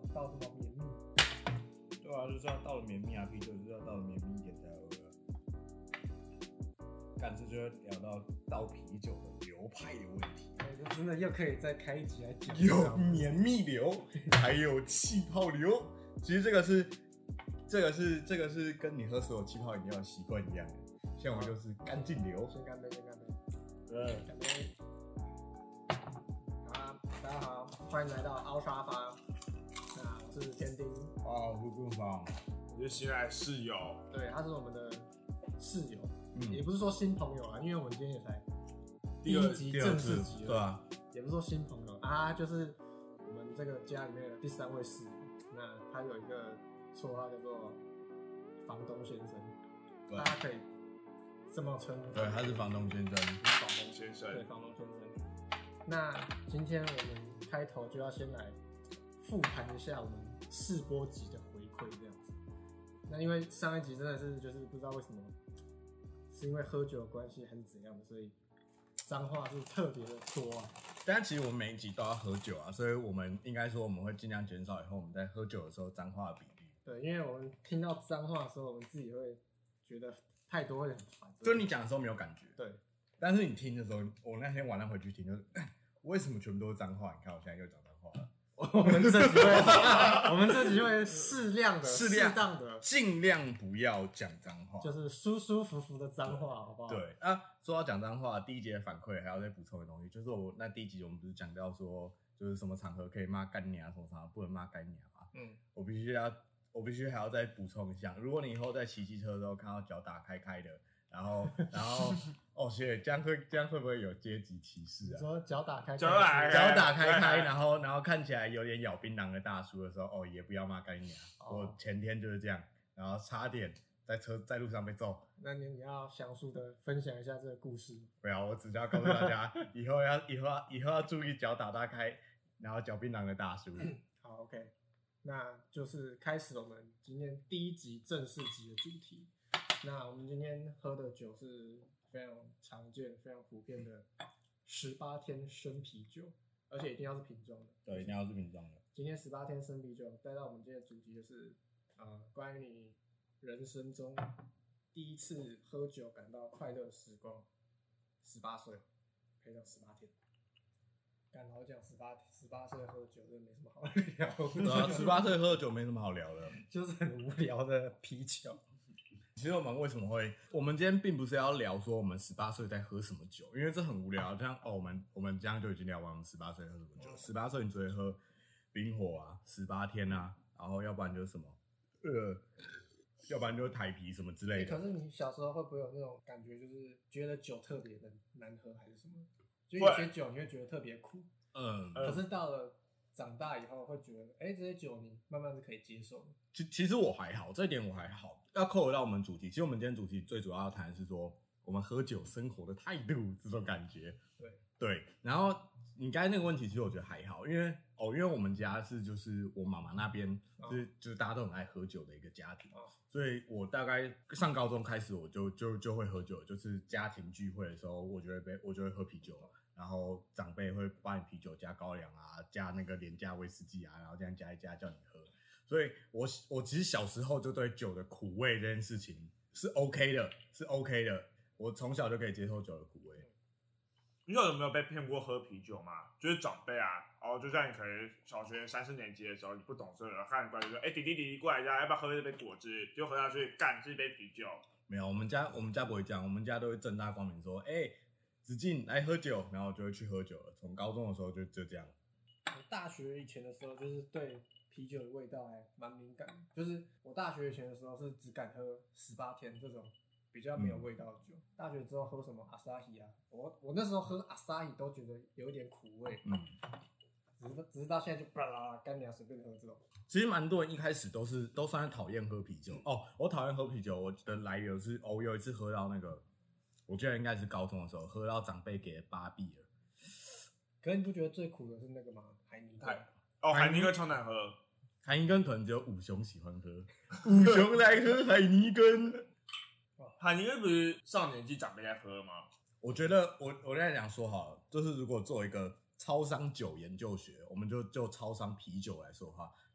到这么绵密。 对啊，就是要到了绵密啊，啤酒就是要到了绵密一点才喝啊。干这就要聊到倒啤酒的流派的问题， 就真的又可以再开一集来讲。 有绵密流，还有气泡流。其实这个是跟你喝所有气泡饮料的习惯一样的。像我就是干净流。 先干杯，先干杯。 对， 干杯。好，大家好，欢迎来到凹沙发。那我是天丁。 我是棍棒， 我是新来室友。 对，他是我们的室友。也不是说新朋友啊，因为我们今天也才第一集正式集了， 对啊， 也不是说新朋友啊，就是我们这个家里面的第3位室友。那他有一个绰号叫做房东先生，大家可以这么称呼。 对，他是房东先生。 房东先生， 对，房东先生。那今天我们开头就要先来复盘一下我们试播集的回馈，这样子。那因为上一集真的是就是不知道为什么。是因为喝酒的关系还是怎样的，所以脏话是特别的多啊。 但其实我们每一集都要喝酒啊，所以我们应该说我们会尽量减少以后我们在喝酒的时候脏话的比例。 对，因为我们听到脏话的时候，我们自己会觉得太多会很烦。 就你讲的时候没有感觉， 对。 但是你听的时候，我那天晚上回去听，就是为什么全部都是脏话？你看我现在又讲脏话了。 我们这集会适当的， 尽量不要讲脏话， 就是舒舒服服的脏话，好不好？ 对啊，说到讲脏话，第一节的反馈还要再补充的东西，就是我那第一集我们不是讲到说，就是什么场合可以骂干娘，什么场合不能骂干娘嘛？我必须还要再补充一下，如果你以后在骑机车的时候看到脚打开的。然后哦，这样会不会有阶级歧视啊？ 你说脚打开， 脚打开，然后看起来有点咬槟榔的大叔的时候，哦，也不要骂干娘。我前天就是这样，然后差点在路上被揍。 那你要详述的分享一下这个故事。 不要，我只要告诉大家，以后要注意脚打开，然后嚼槟榔的大叔。 好 ，OK， 那就是开始我们今天第一集正式集的主题。那我们今天喝的酒是非常常见、非常普遍的18天生啤酒，而且一定要是瓶装的。 对，一定要是瓶装的。 今天18天生啤酒带到我们今天的主题就是关于你人生中第一次喝酒感到快乐的时光。18岁陪上18天。干老讲18岁喝酒真的没什么好聊的。 18岁喝酒没什么好聊的， 就是很无聊的啤酒。 其实我们为什么会？我们今天并不是要聊说我们18岁在喝什么酒，因为这很无聊。这样我们这样就已经聊完我们18岁喝什么酒。18岁你只会喝冰火啊，18天啊，然后要不然就是什么要不然就是台啤什么之类的。 可是你小时候会不会有那种感觉，就是觉得酒特别的难喝，还是什么？就有些酒你会觉得特别苦，可是到了长大以后会觉得，这些酒你慢慢是可以接受的。 其实我还好，这一点我还好。要扣回到我们主题，其实我们今天主题最主要要谈的是说，我们喝酒生活的态度这种感觉。对。然后你刚才那个问题，其实我觉得还好，因为我们家是就是我妈妈那边就是大家都很爱喝酒的一个家庭，所以我大概上高中开始我就会喝酒，就是家庭聚会的时候，我就会喝啤酒。然后长辈会帮你啤酒加高粱啊，加那个廉价威士忌啊，然后这样加一加叫你喝。所以我其实小时候就对酒的苦味这件事情是 OK 的。我从小就可以接受酒的苦味。 你有没有被骗过喝啤酒嘛？就是长辈啊，就像你可能小学3、4年级的时候，你不懂事了，看你过来就说，弟弟过来一下，要不要喝一杯果汁？就喝下去，干是一杯啤酒。 没有，我们家不会这样，我们家都会正大光明说，子敬来喝酒，然后我就会去喝酒了。从高中的时候就这样。 我大学以前的时候，就是对啤酒的味道还蛮敏感的。就是我大学以前的时候是只敢喝18天这种比较没有味道的酒。大学之后喝什么阿萨希啊，我那时候喝阿萨希都觉得有一点苦味。只是到现在就巴拉干娘随便喝这种。 其实蛮多人一开始都算是讨厌喝啤酒。我讨厌喝啤酒，我的来源是我有一次喝到那个。我觉得应该是高中的时候喝到长辈给的芭比了。 可是你不觉得最苦的是那个吗？海尼根。 海尼根超难喝。 海尼根可能只有五雄喜欢喝。五雄来喝海尼根。 海尼根不是上年纪长辈在喝吗？ 我觉得我在讲说好了，就是如果做一个超商酒研究学，我们就超商啤酒来说的话，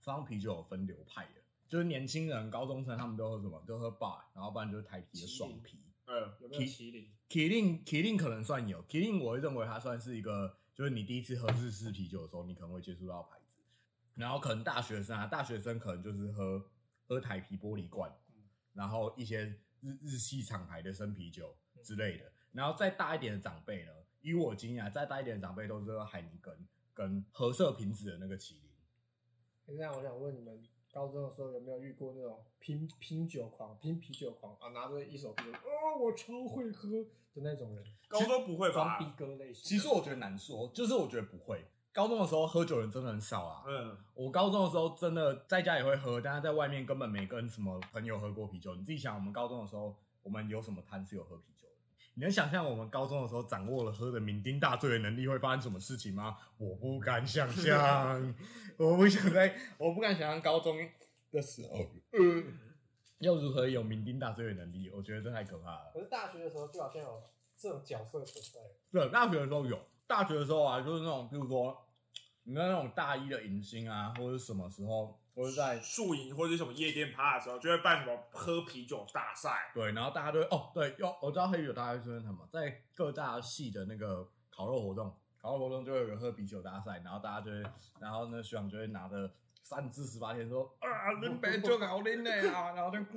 上啤酒有分流派的，就是年轻人、高中生他们都喝什么？都喝 bar， 然后不然就是台啤的爽啤。 有没有麒麟？ 麒麟可能算有，麒麟我会认为它算是一个，就是你第一次喝日式啤酒的时候，你可能会接触到的牌子。然后可能大学生可能就是喝台啤玻璃罐，然后一些日系厂牌的生啤酒之类的。然后再大一点的长辈呢，以我经验，再大一点的长辈都是喝海尼根跟褐色瓶子的那个麒麟。 现在我想问你们，高中的时候有没有遇过那种拼啤酒狂啊，拿着一手啤酒，我超会喝的那种人？ 高中不会吧？ 装逼哥类型。 其实我觉得难说，就是我觉得不会。高中的时候喝酒人真的很少啊。我高中的时候真的在家也会喝，但是在外面根本没跟什么朋友喝过啤酒。你自己想，我们高中的时候，我们有什么摊是有喝啤酒的？你能想象我们高中的时候掌握了喝的酩酊大醉的能力会发生什么事情吗？我不敢想象，我不敢想象高中的时候，要如何有酩酊大醉的能力？我觉得这太可怕了。 可是大学的时候就好像有这种角色存在。 对，大学的时候有，大学的时候啊，就是那种，比如说，你看那种大一的迎新啊，或者什么时候，或者在宿营或者什么夜店趴的时候，就会办什么喝啤酒大赛。 对，然后大家都会对，我知道黑啤酒大赛是什么，在各大系的那个烤肉活动就会有个喝啤酒大赛，然后大家就会，然后呢学长就会拿着3支18天说恁啤酒好啉的啊，然后就，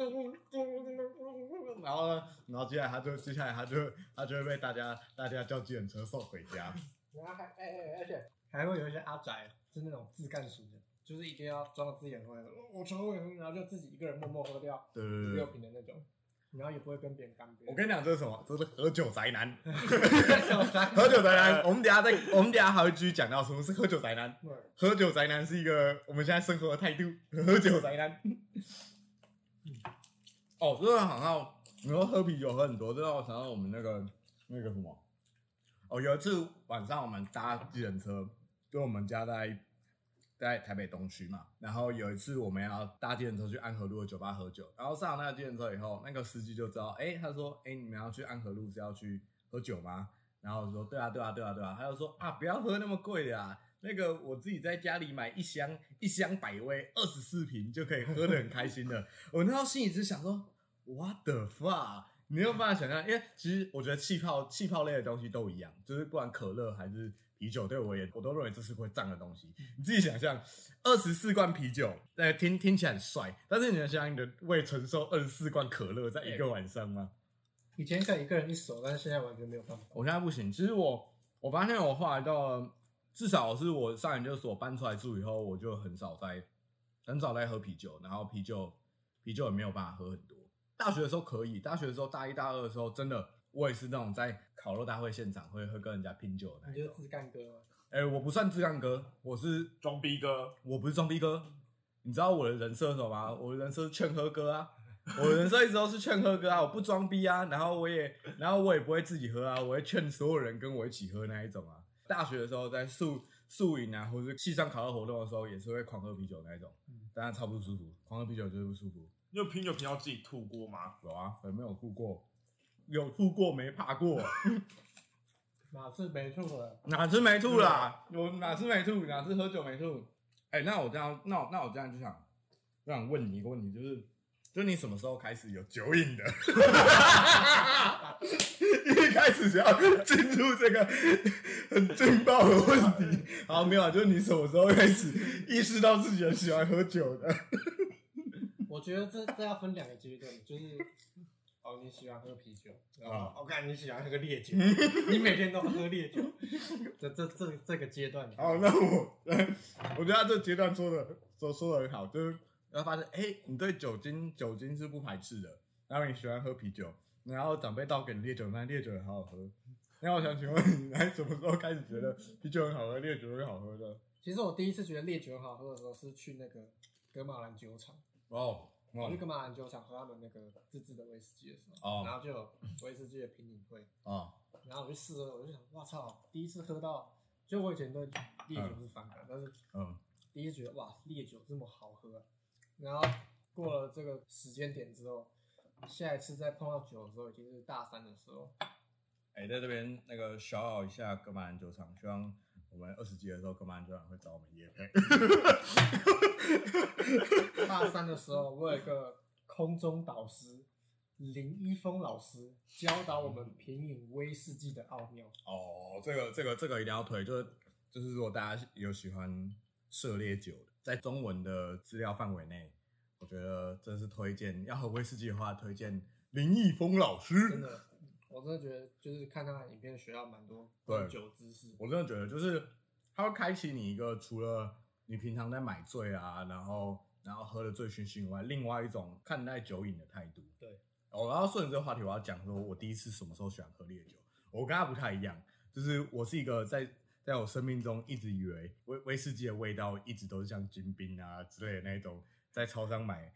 然后接下来他就会被大家叫计程车送回家。 然后而且还会有一些阿宅是那种自干型的，就是一定要装自己很会喝，我超会喝，然后就自己一个人默默喝掉5-6瓶的那种，然后也不会跟别人干杯。 我跟你讲这是什么？这是喝酒宅男。喝酒宅男，我们等一下还会继续讲到什么是喝酒宅男。喝酒宅男是一个我们现在生活的态度。喝酒宅男。哦，真的好像你说喝啤酒喝很多，这让我想到我们那个什么。哦，有一次晚上我们搭计程车，就我们家在台北东区嘛，然后有一次我们要搭计程车去安和路的酒吧喝酒，然后上了那个计程车以后，那个司机就知道，他说，你们要去安和路是要去喝酒吗？然后我说，对啊，他就说不要喝那么贵的啊，那个我自己在家里买一箱百威24瓶就可以喝得很开心的。我那时候心里只想说 ，What the fuck？ 你没有办法想象，因为其实我觉得气泡类的东西都一样，就是不管可乐还是啤酒，对我都认为这是会胀的东西。你自己想象，24罐啤酒，听起来很帅，但是你能想象你的胃承受24罐可乐在一个晚上吗？ 以前可以一个人一手，但是现在完全没有办法。 我现在不行。其实我发现我后来到了，至少是我上研究所搬出来住以后，我就很少在喝啤酒，然后啤酒也没有办法喝很多。大学的时候可以，大学的时候大1大2的时候，真的我也是那种在烤肉大会现场会跟人家拼酒的那种。 你就是自干哥吗？ 我不算自干哥，我是装逼哥。 我不是装逼哥，你知道我的人设是什么吗？我的人设是劝喝哥啊，我的人设一直都是劝喝哥啊，我不装逼啊，然后我也不会自己喝啊，我会劝所有人跟我一起喝那一种啊。大学的时候在宿营啊，或者系上烤肉活动的时候，也是会狂喝啤酒那一种，当然超不舒服，狂喝啤酒就是不舒服。 你有拼酒拼到自己吐过吗？ 有啊，没有吐过，有吐过没怕过。 哪次没吐了？ 哪次没吐啦？我哪次没吐？哪次喝酒没吐？那我这样就想问你一个问题，就是你什么时候开始有酒瘾的？一开始就要进入这个很劲爆的问题。好，没有，就是你什么时候开始意识到自己很喜欢喝酒的？ 我觉得这要分2个阶段，就是你喜欢喝啤酒，然后我看你喜欢喝烈酒，你每天都喝烈酒，这个阶段。 好，那我觉得他这个阶段说的很好，就是要发现，你对酒精是不排斥的，然后你喜欢喝啤酒，然后长辈倒给你烈酒，那烈酒也好好喝。那我想请问你，什么时候开始觉得啤酒很好喝，烈酒很好喝的？ 其实我第一次觉得烈酒很好喝的时候，是去那个格马兰酒厂。我去格马兰酒厂喝他们那个自制的威士忌的时候，然后就有威士忌的品饮会，然后我去试喝，我就想，哇操！第一次喝到，就我以前对烈酒是反感，但是第一次觉得哇，烈酒这么好喝啊！然后过了这个时间点之后，下一次再碰到酒的时候，已经是大3的时候。 在这边那个小扰一下格马兰酒厂，希望我们20级的时候，根本就会找我们业配。 大三的时候，我有一个空中导师林一峰老师教导我们品饮威士忌的奥妙。 哦，这个一定要推，就是如果大家有喜欢涉猎酒的，在中文的资料范围内，我觉得真是推荐。要喝威士忌的话，推荐林一峰老师。 真的，我真的觉得就是看他的影片学到蛮多酒知识。 我真的觉得就是他会开启你一个除了你平常在买醉啊，然后喝的醉醺醺以外，另外一种看待酒饮的态度。 对。 然后顺着这个话题，我要讲说我第一次什么时候喜欢喝烈酒。我跟他不太一样，就是我是一个在我生命中一直以为威士忌的味道一直都是像金冰啊之类的那种，在超商买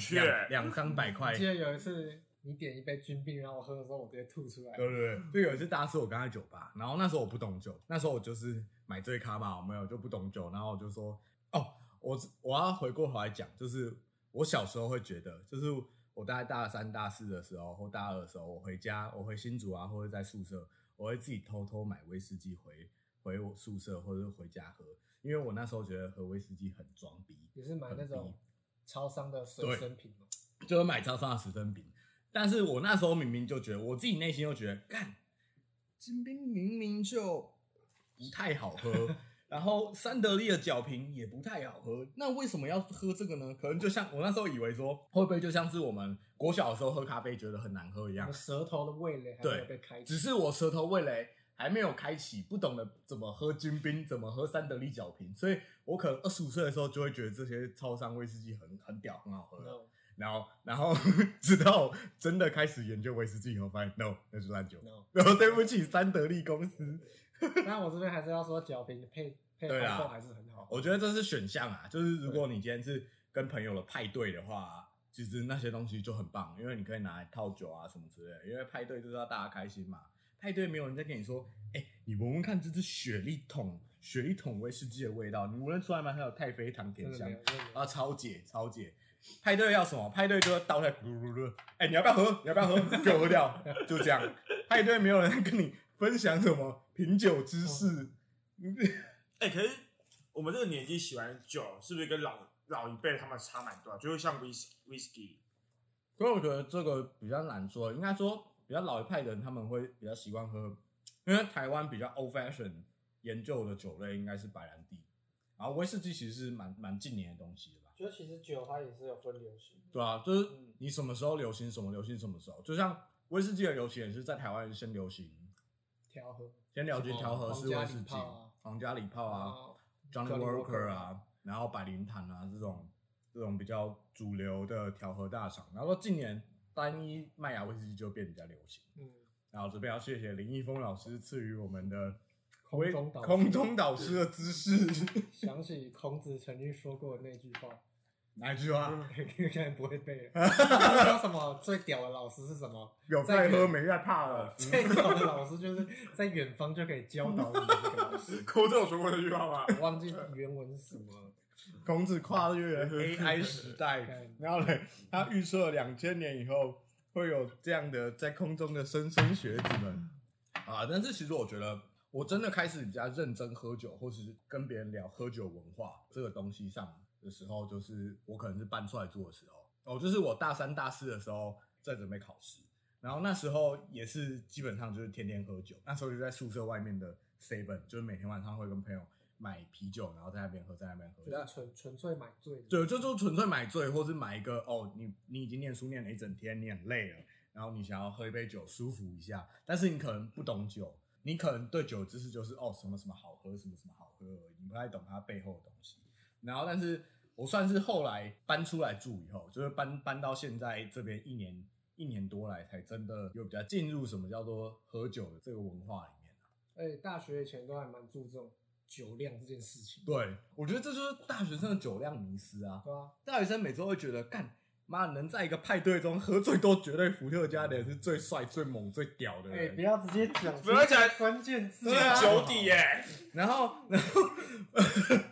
200-300块。 我记得有一次你点一杯军冰，然后我喝的时候我直接吐出来。 对，就有一次大四我刚在酒吧，然后那时候我不懂酒，那时候我就是买醉咖嘛，我没有就不懂酒，然后我就说我要回过头来讲，就是我小时候会觉得，就是我大概大3、大4的时候或大2的时候，我回新竹啊，或者在宿舍，我会自己偷偷买威士忌回我宿舍或者是回家喝，因为我那时候觉得喝威士忌很装逼。 也是买那种超商的随身瓶嘛， 就是买超商的随身瓶。但是我那时候明明就觉得，我自己内心就觉得，干金冰明明就不太好喝，然后三得利的角瓶也不太好喝，那为什么要喝这个呢？可能就像我那时候以为说，会不会就像是我们国小的时候喝咖啡觉得很难喝一样， 舌头的味蕾还没有被开启， 只是我舌头味蕾还没有开启，不懂得怎么喝金冰，怎么喝三得利角瓶，所以我可能25岁的时候就会觉得这些超商威士忌很屌，很好喝。No.然后直到真的开始研究威士忌以后，发现 no， 那是烂酒。No. 然后对不起三得利公司。 那我这边还是要说角瓶配红豆还是很好。 我觉得这是选项啊，就是如果你今天是跟朋友的派对的话，其实那些东西就很棒，因为你可以拿来套酒啊什么之类的。因为派对就是要大家开心嘛，派对没有人在跟你说，你闻闻看这支雪莉桶威士忌的味道，你闻得出来吗？它有太妃糖甜香啊，超解。派对要什么？派对就要倒下咕噜噜，你要不要喝？给我喝掉，就这样。派对没有人跟你分享什么品酒知识。 可是我们这个年纪喜欢酒，是不是跟老一辈他们差蛮多？就是像 whisky。 所以我觉得这个比较难说，应该说比较老一派的人他们会比较习惯喝，因为台湾比较 old fashion 研究的酒类应该是白兰地，然后威士忌其实是蛮近年的东西的吧。 就其实酒它也是有分流行， 对啊，就是你什么时候流行什么时候，就像威士忌的流行也是在台湾先流行调和， 先流行调和式威士忌，皇家礼炮啊 ，Johnny Walker 啊，然后百灵坛啊这种比较主流的调和大厂，然后近年单一麦芽威士忌就变比较流行。然后这边要谢谢林一峰老师赐予我们的空中导师的知识。 想起孔子曾经说过的那句话。 哪一句话？ 应该不会背了。说什么最屌的老师是什么？ 有在喝没在怕的。 最屌的老师就是在远方就可以教导你的那个老师。 孔子有说过这句话吗？ 我忘记原文是什么了。 孔子跨越了 AI 时代，然后呢，他预测2000年以后会有这样的在空中的莘莘学子们啊。但是其实我觉得，我真的开始比较认真喝酒，或是跟别人聊喝酒文化这个东西上的时候，就是我可能是搬出来住的时候，就是我大3、大4的时候在准备考试，然后那时候也是基本上就是天天喝酒，那时候就在宿舍外面的 7， 就是每天晚上会跟朋友买啤酒，然后在那边喝， 就是纯粹买醉。 对，就纯粹买醉，或是买一个你已经念书念了一整天，你很累了，然后你想要喝一杯酒舒服一下，但是你可能不懂酒，你可能对酒的知识就是什么什么好喝，什么什么好喝而已，你不太懂它背后的东西。然后，但是我算是后来搬出来住以后，就是搬到现在这边一年多来，才真的有比较进入什么叫做喝酒的这个文化里面大学以前都还蛮注重酒量这件事情。 对，我觉得这就是大学生的酒量迷思啊。 对啊， 大学生每次都会觉得，干妈能在一个派对中喝最多绝对伏特加的人是最帅、最猛、最屌的人。 不要直接讲， 不要讲关键字， 酒底耶。 然后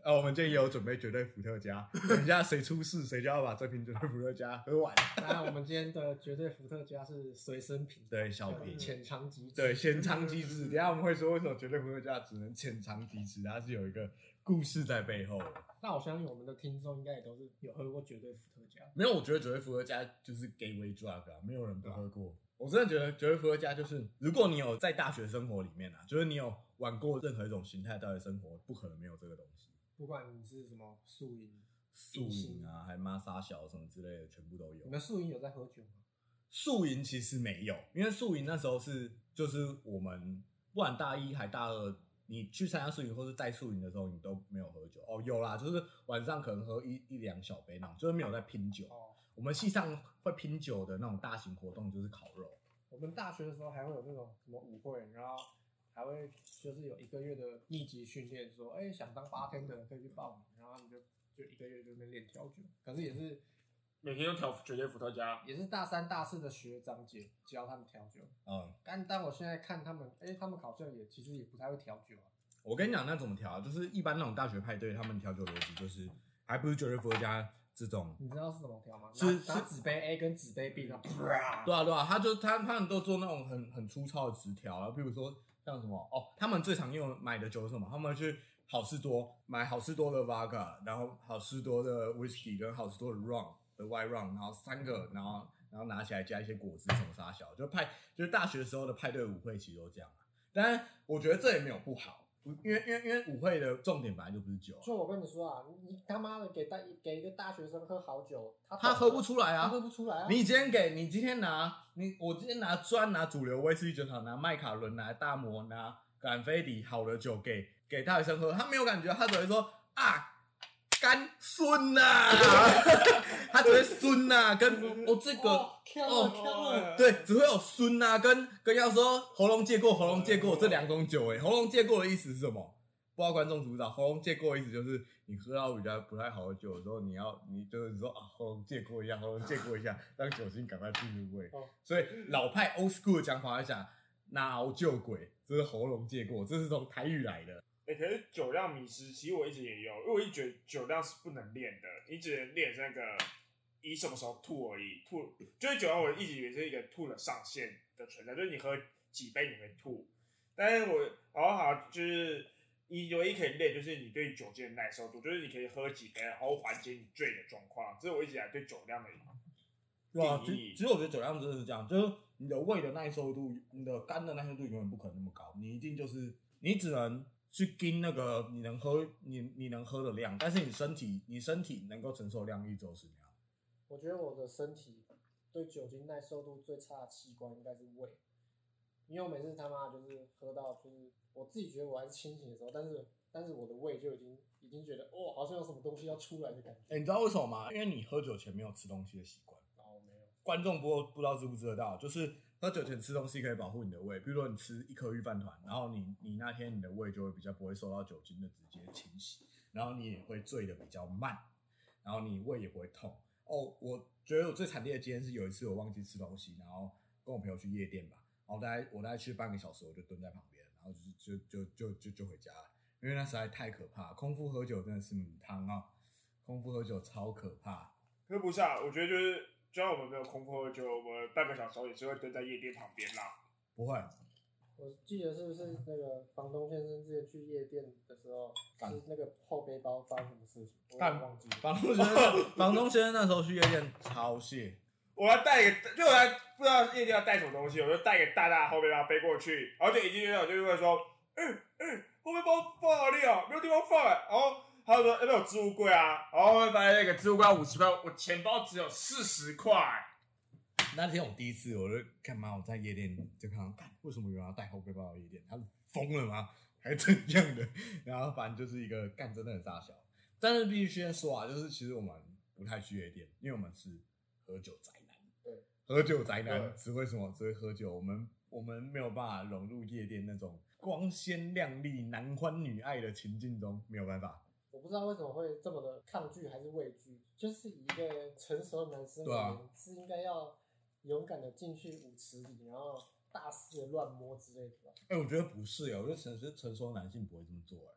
我们今天也有准备绝对伏特加，等一下谁出事谁就要把这瓶绝对伏特加喝完。 当然，我们今天的绝对伏特加是随身瓶， 对，小瓶， 浅尝即止。 对，浅尝即止。等一下我们会说为什么绝对伏特加只能浅尝即止，它是有一个故事在背后的。 那我相信我们的听众应该也都是有喝过绝对伏特加。 没有，我觉得绝对伏特加就是 gateway drug 啊，没有人不喝过。我真的觉得绝对伏特加就是，如果你有在大学生活里面啊，就是你有玩过任何一种形态的大学生活，不可能没有这个东西。 不管你是什么宿营啊，还妈沙小什么之类的，全部都有。 你们宿营有在喝酒吗？ 宿营其实没有，因为宿营那时候就是我们不管大一还大二，你去参加宿营或是带宿营的时候，你都没有喝酒。有啦，就是晚上可能喝一两小杯那种，就是没有在拼酒。我们系上会拼酒的那种大型活动就是烤肉。 我们大学的时候还会有那种什么舞会，然后还会就是有1个月的密集训练，说想当bartender的人可以去报名，然后你就1个月就在那边练调酒。可是也是每天都调绝对伏特加， 也是大3、大4的学长姐教他们调酒。但我现在看他们，他们好像其实也不太会调酒啊。 我跟你讲，那怎么调？就是一般那种大学派对，他们调酒逻辑就是还不是绝对伏特加。这种你知道是怎么调吗？ 是拿纸杯 A 跟纸杯 B， 然后对啊，他们都做那种很粗糙的直条啊，比如说像什么他们最常用买的酒是什么？他们去好事多买好事多的 vodka， 然后好事多的 whisky 跟好事多的 rum 的 white rum， 然后3个，然后拿起来加一些果汁什么啥小，就是大学时候的派对舞会其实都这样啊。当然，我觉得这也没有不好。因为舞会的重点本来就不是酒。 就我跟你说啊，你他妈的给一个大学生喝好酒， 他喝不出来啊， 他喝不出来啊。 我今天拿专拿主流威士忌酒厂，拿麦卡伦，拿大摩，拿赶飞迪好的酒给大学生喝，他没有感觉，他只会说干酸呐，他只会酸呐，跟这个对，只会有酸呐，跟要说喉咙借过这2种酒喉咙借过的意思是什么？不知道观众知不知道？喉咙借过的意思就是你喝到比较不太好的酒的时候，你就是说喉咙借过一下，让酒精赶快进入胃。所以老派 old school 的讲法来讲，脑救鬼，这是喉咙借过，这是从台语来的。 可是酒量迷失，其实我一直也有，因为我一直觉得酒量是不能练的，你只能练那个以什么时候吐而已，就是酒量我一直以为是一个吐的上限的存在，就是你喝几杯你会吐，但是就是你唯一可以练就是你对酒精的耐受度，就是你可以喝几杯然后缓解你醉的状况，这是我一直以来对酒量的定义。 其实我觉得酒量真的是这样，就是你的胃的耐受度，你的肝的耐受度永远不可能那么高，你一定就是你只能去跟那个你能喝的量，但是你身体能够承受的量一直都是那样。 我觉得我的身体对酒精耐受度最差的器官应该是胃，因为我每次他妈就是喝到，就是我自己觉得我还是清醒的时候，但是我的胃就已经觉得好像有什么东西要出来的感觉。 你知道为什么吗？因为你喝酒前没有吃东西的习惯。 没有。 观众不知道知不知道，就是喝酒前吃东西可以保护你的胃，比如说你吃1颗御饭团，然后你那天你的胃就会比较不会受到酒精的直接侵袭，然后你也会醉的比较慢，然后你胃也不会痛。我觉得我最惨烈的经验是有一次我忘记吃东西，然后跟我朋友去夜店吧，然后我大概去半个小时，我就蹲在旁边，然后就回家了，因为那实在太可怕了。空腹喝酒真的是母汤啊，空腹喝酒超可怕。 可不是啊，我觉得就算我们没有空腹喝酒，我们半个小时也是会蹲在夜店旁边啦。 不会。 我记得是不是那个房东先生之前去夜店的时候，是那个后背包发生什么事情？我忘记了。 房东先生那时候去夜店超谢。 我要带一个，就我还不知道夜店要带什么东西，我就带一个大大的后背包背过去，然后就一进去我就会说，后背包放哪里啊？没有地方放然后他就说有没有置物柜啊？然后会发现那个置物柜要50块，我钱包只有40块。 那天我第一次，我就干嘛？我在夜店就看到，为什么有人要带后背包到夜店？他是疯了吗？还是怎样的？然后反正就是一个真的很傻小。但是必须先说啊，就是其实我们不太去夜店，因为我们是喝酒宅男。 对， 喝酒宅男只会什么？只会喝酒。我们没有办法融入夜店那种光鲜亮丽、男欢女爱的情境中，没有办法。 我不知道为什么会这么的抗拒还是畏惧，就是以一个成熟的男生而言，是应该要勇敢的进去舞池里，然后大肆的乱摸之类的吧。 我觉得不是我觉得成熟男性不会这么做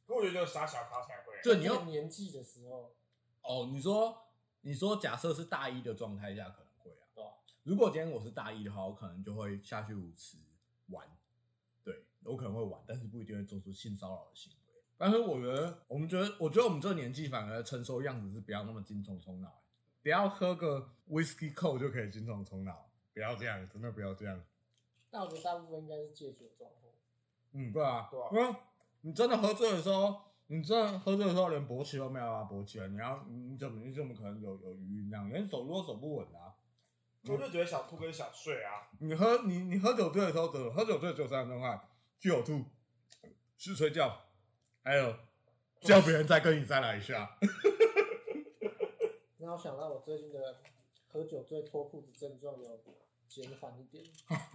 可我觉得只有傻小咖才会。 就你有年纪的时候， 哦，你说假设是大一的状态下可能会啊， 对吧？ 如果今天我是大一的话，我可能就会下去舞池玩，对我可能会玩，但是不一定会做出性骚扰的行为。但是我觉得我们这个年纪反而成熟样子是不要那么精虫充脑，不要喝个 whisky coke 就可以精虫充脑，不要这样，真的不要这样。 但我觉得大部分应该是戒酒状况。 对啊， 对啊， 因为你真的喝醉的时候，连勃起都没有办法勃起了，你怎么可能有余韵这样？连手都手不稳啊！ 我就觉得想吐跟想睡啊。 你喝酒醉的时候，喝酒醉只有3种状态：去呕吐、去睡觉，还有叫别人再来一下。 然后想到我最近的喝酒醉脱裤子症状有减缓一点。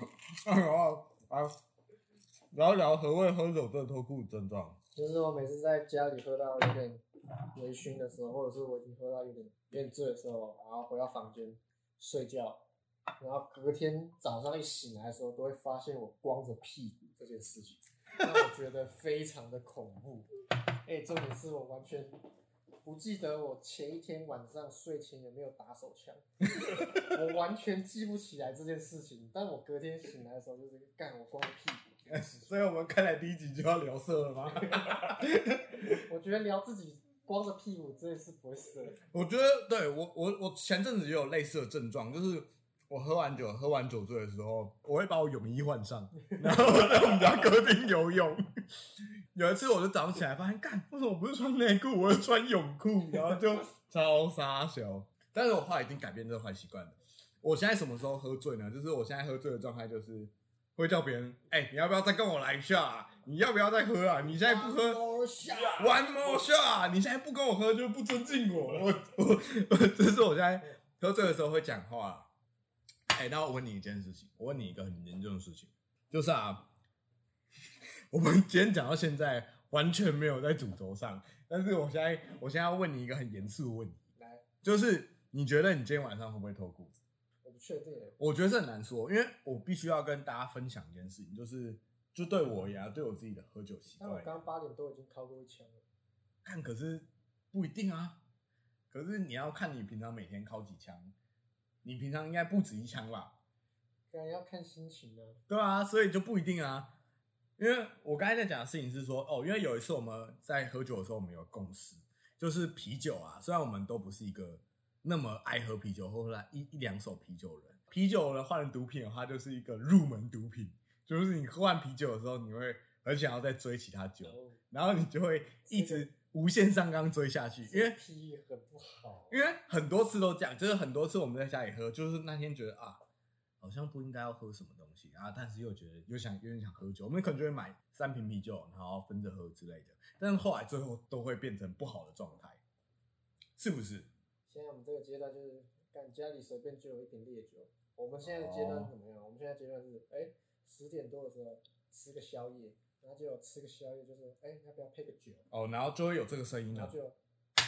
然后聊何谓喝酒醉脱裤子症状。 就是我每次在家里喝到有点微醺的时候，或者是我已经喝到有点醉的时候，然后回到房间睡觉，然后隔天早上一醒来的时候，都会发现我光着屁股这件事情，让我觉得非常的恐怖。重点是我完全不记得我前一天晚上睡前有没有打手枪，我完全记不起来这件事情。但我隔天醒来的时候，就是干我光着屁股。 所以我们看来第1集就要聊色了吗？ 我觉得聊自己光着屁股真的是不会色。 我觉得对我前阵子也有类似的症状，就是我喝完酒醉的时候，我会把我泳衣换上，然后在我们家客厅游泳。有一次我就早上起来发现，干为什么我不是穿内裤，我是穿泳裤，然后就超傻小。但是我后来已经改变这个坏习惯了。我现在什么时候喝醉呢？就是我现在喝醉的状态就是会叫别人，你要不要再跟我来一下啊？你要不要再喝啊？你现在不喝 ，One more shot， 你现在不跟我喝就不尊敬我。这是我现在喝醉的时候会讲话。那我问你一件事情，我问你一个很严重的事情，就是我们今天讲到现在完全没有在主轴上，但是我现在要问你一个很严肃的问题，就是你觉得你今天晚上会不会脱裤子？ 我不确定。 我觉得这很难说，因为我必须要跟大家分享一件事情，就对我呀，对我自己的喝酒习惯。 但我刚8点多已经敲过1枪了。 看，可是不一定啊。可是你要看你平常每天敲几枪，你平常应该不止1枪吧？ 当然要看心情啊。 对啊，所以就不一定啊。因为我刚才在讲的事情是说，因为有一次我们在喝酒的时候，我们有共识，就是啤酒啊，虽然我们都不是一个那么爱喝啤酒或者一两手啤酒人，啤酒呢换成毒品的话，就是一个入门毒品，就是你喝完啤酒的时候，你会很想要再追其他酒，然后你就会一直无限上纲追下去，因为啤很不好， 因为很多次都这样，就是很多次我们在家里喝，就是那天觉得好像不应该要喝什么东西啊，但是又觉得有点想喝酒，我们可能就会买3瓶啤酒，然后分着喝之类的。但是后来最后都会变成不好的状态，是不是？ 现在我们这个阶段就是干家里随便就有一瓶烈酒。我们现在的阶段是怎么样？我们现在阶段是10点多的时候吃个宵夜，然后就吃个宵夜就是要不要配个酒？ 然后就会有这个声音了， 然后就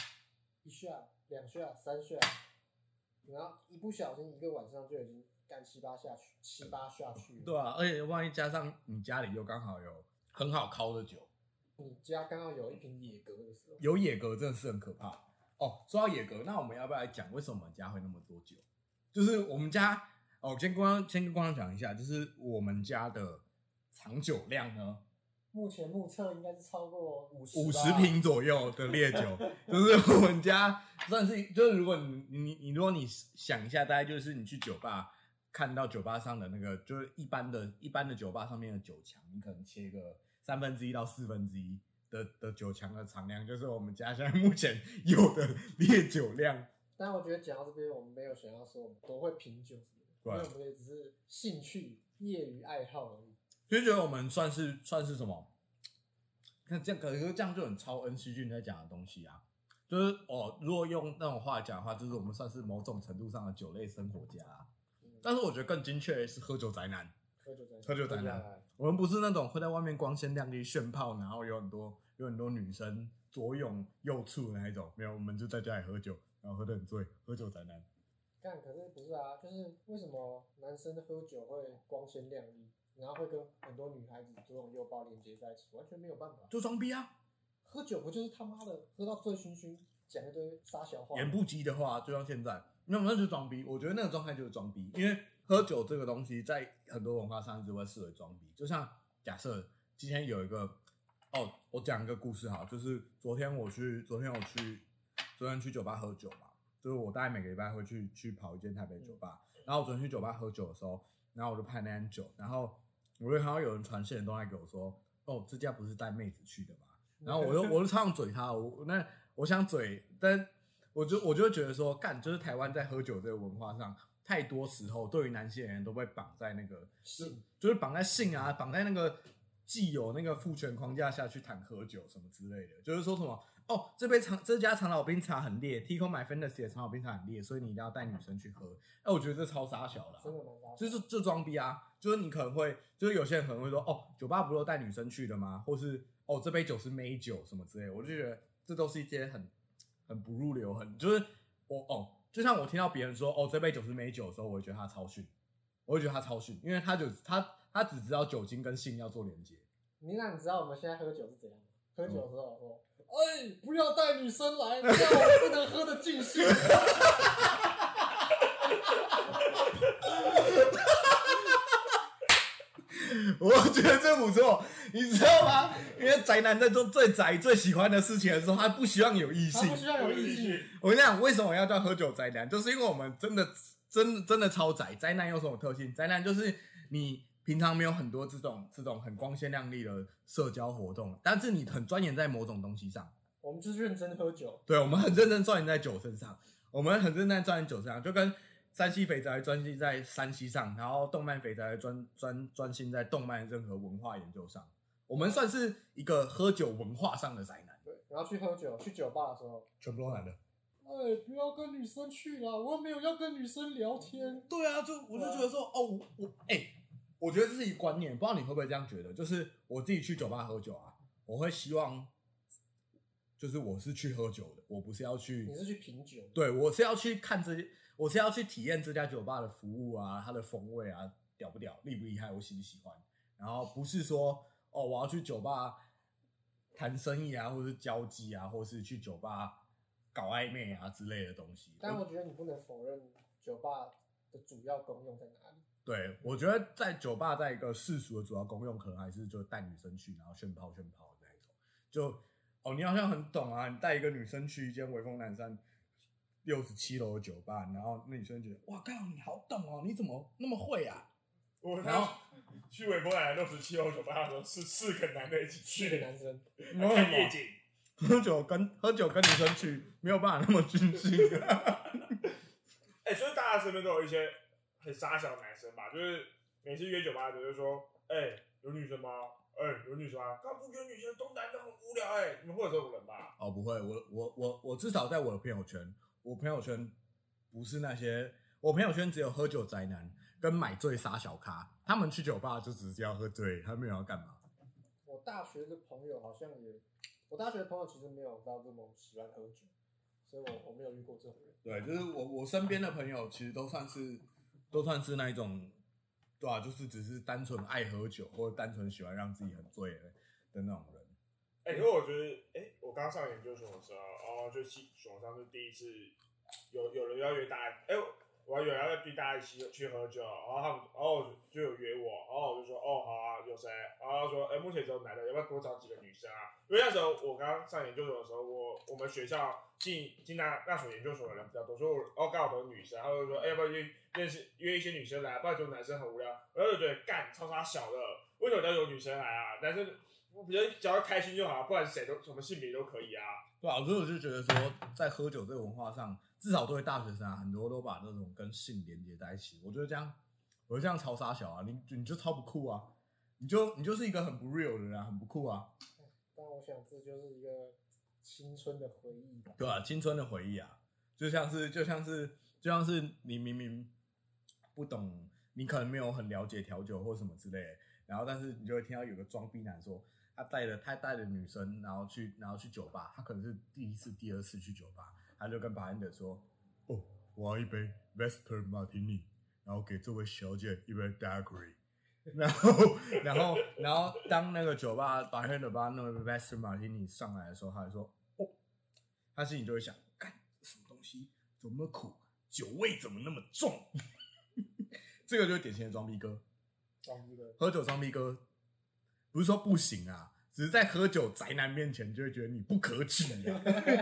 1下、2下、3下，然后一不小心一个晚上就已经干7、8下去了。对啊，而且万一加上你家里又刚好有很好敲的酒， 你家刚好有一瓶野格的时候， 有野格真的是很可怕。说到野格，那我们要不要来讲为什么我们家会那么多酒？就是我们家先跟观众讲一下，就是我们家的藏酒量呢， 目前目测应该是超过 50瓶左右的烈酒，就是我们家算是，就是如果你想一下，大概就是你去酒吧看到酒吧上的那个，就是一般的酒吧上面的酒墙，你可能切个1/3到1/4的酒墙的藏量，就是我们家现在目前有的烈酒量。 但我觉得讲到这边，我们没有想要说我们多会品酒什么的，因为我们也只是兴趣、业余爱好而已。 就觉得我们算是什么？那这样可是这样就很超恩熙俊在讲的东西啊。就是如果用那种话讲的话，就是我们算是某种程度上的酒类生活家但是我觉得更精确的是喝酒宅男。喝酒宅男，我们不是那种会在外面光鲜亮丽炫炮，然后有很多女生左拥右簇的那一种，没有，我们就在家里喝酒，然后喝得很醉，喝酒宅男。 可是不是啊，就是为什么男生喝酒会光鲜亮丽，然后会跟很多女孩子左拥右抱连接在一起，完全没有办法。 就装逼啊！ 喝酒不就是他妈的喝到醉醺醺，讲一堆傻小话？ 言不及的话，就像现在，那就是装逼。我觉得那个状态就是装逼，因为喝酒这个东西在很多文化上是会视为装逼。就像假设今天有一个，我讲一个故事哈，就是昨天去酒吧喝酒嘛，就是我大概每个礼拜会去跑一间台北酒吧，然后我昨天去酒吧喝酒的时候，然后我就拍那间酒，然后我就看到有人传现的动态给我说，这家不是带妹子去的吗？然后我就常常嘴他，我想嘴，但我就觉得说，干，就是台湾在喝酒这个文化上，太多时候对于男性人都被绑在那个性， 就是绑在性啊，绑在那个既有那个父权框架下去谈喝酒什么之类的，就是说什么这家长老冰茶很烈 ，Tico My Fantasy 的长老冰茶很烈，所以你一定要带女生去喝。我觉得这超傻小的、 真的蛮傻小， 就装逼啊！就是你可能会，就是有些人可能会说，酒吧不都带女生去的吗？或是这杯酒是美酒什么之类的，我就觉得这都是一些很不入流，就是就像我听到别人说这杯酒是美酒的时候，我会觉得他超逊，因为他只知道酒精跟性要做连接。 你知道我们现在喝酒是怎样吗？喝酒的时候说，不要带女生来，这样我不能喝得尽兴。 我觉得这不错，你知道吗？因为宅男在做最宅、最喜欢的事情的时候，他不希望有异性。 他不需要有异性。 我跟你讲，为什么要叫喝酒宅男？就是因为我们真的超宅。宅男有什么特性？宅男就是你平常没有很多这种很光鲜亮丽的社交活动，但是你很钻研在某种东西上。 我们就是认真喝酒。 对，我们很认真钻研在酒身上，就跟山西肥宅专心在山西上，然后动漫肥宅专心在动漫任何文化研究上。我们算是一个喝酒文化上的宅男。 对，然后去喝酒，去酒吧的时候， 全部都男的。 不要跟女生去啦，我又没有要跟女生聊天。 对啊，我就觉得说，我觉得这是一个观念，不知道你会不会这样觉得？就是我自己去酒吧喝酒啊，我会希望，就是我是去喝酒的，我不是要去。 你是去品酒？ 对，我是要去我是要去体验这家酒吧的服务啊，它的风味啊，屌不屌，厉不厉害，我喜不喜欢。然后不是说我要去酒吧谈生意啊，或者是交际啊，或是去酒吧搞暧昧啊之类的东西。 但我觉得你不能否认酒吧的主要功用在哪里。 对，我觉得在酒吧在一个世俗的主要功用，可能还是就带女生去，然后炫炮的那一种。就你好像很懂啊，你带一个女生去一间微风南山67楼的酒吧，然后那女生觉得哇靠，你好懂哦，你怎么那么会啊？ 然后去微风南山67楼酒吧的时候，是4个男的一起去 ，4个男生看夜景。 喝酒跟女生去没有办法那么尽兴。 所以大家身边都有一些很傻小的男生吧，就是每次约酒吧的就说，有女生吗？有女生吗？刚不约女生都男的很无聊你们会有这种人吧？ 不会，我至少在我的朋友圈，我朋友圈不是那些，我朋友圈只有喝酒宅男跟买醉傻小咖，他们去酒吧就只是要喝醉，他们没有要干嘛。 我大学的朋友好像我大学的朋友其实没有到这么喜欢喝酒，所以我没有遇过这种人。 对，就是我身边的朋友其实都算是那一种，对啊，就是只是单纯爱喝酒或者单纯喜欢让自己很醉的那种人。 可是我觉得，我刚上研究所的时候，就所上是第一次有人要约大家，我有人要约大家一起去喝酒，然后就有约我，然后我就说好啊，有谁？然后说目前只有男的，要不要多找几个女生啊？因为那时候我刚上研究所的时候，我们学校进那所研究所的人比较多，所以我刚好都是女生，然后就说要不要约一些女生来，不然就男生很无聊。然后就觉得干超傻小的，为什么要有女生来啊？男生我只要开心就好，不然谁都什么性别都可以啊。 对啊，所以我就觉得说，在喝酒这个文化上，至少对大学生很多都把那种跟性连接在一起。我觉得这样超傻小啊，你就超不酷啊，你就是一个很不 real 的人啊，很不酷啊。 但我想这就是一个青春的回忆吧。 对啊，青春的回忆啊，就像是你明明不懂，你可能没有很了解调酒或什么之类的，然后但是你就会听到有个装逼男说，他带着女生，然后去酒吧，他可能是第一次、第二次去酒吧，他就跟bartender说，我要一杯 Vesper Martini，然后给这位小姐一杯 Daiquiri， 然后当那个酒吧bartender把那个 Western Martini 上来的时候，他就说哦，他心里就会想，干什么东西怎么那么苦，酒味怎么那么重？这个就是典型的装逼哥。喝酒装逼哥，不是说不行啊，只是在喝酒宅男面前就会觉得你不可取啊。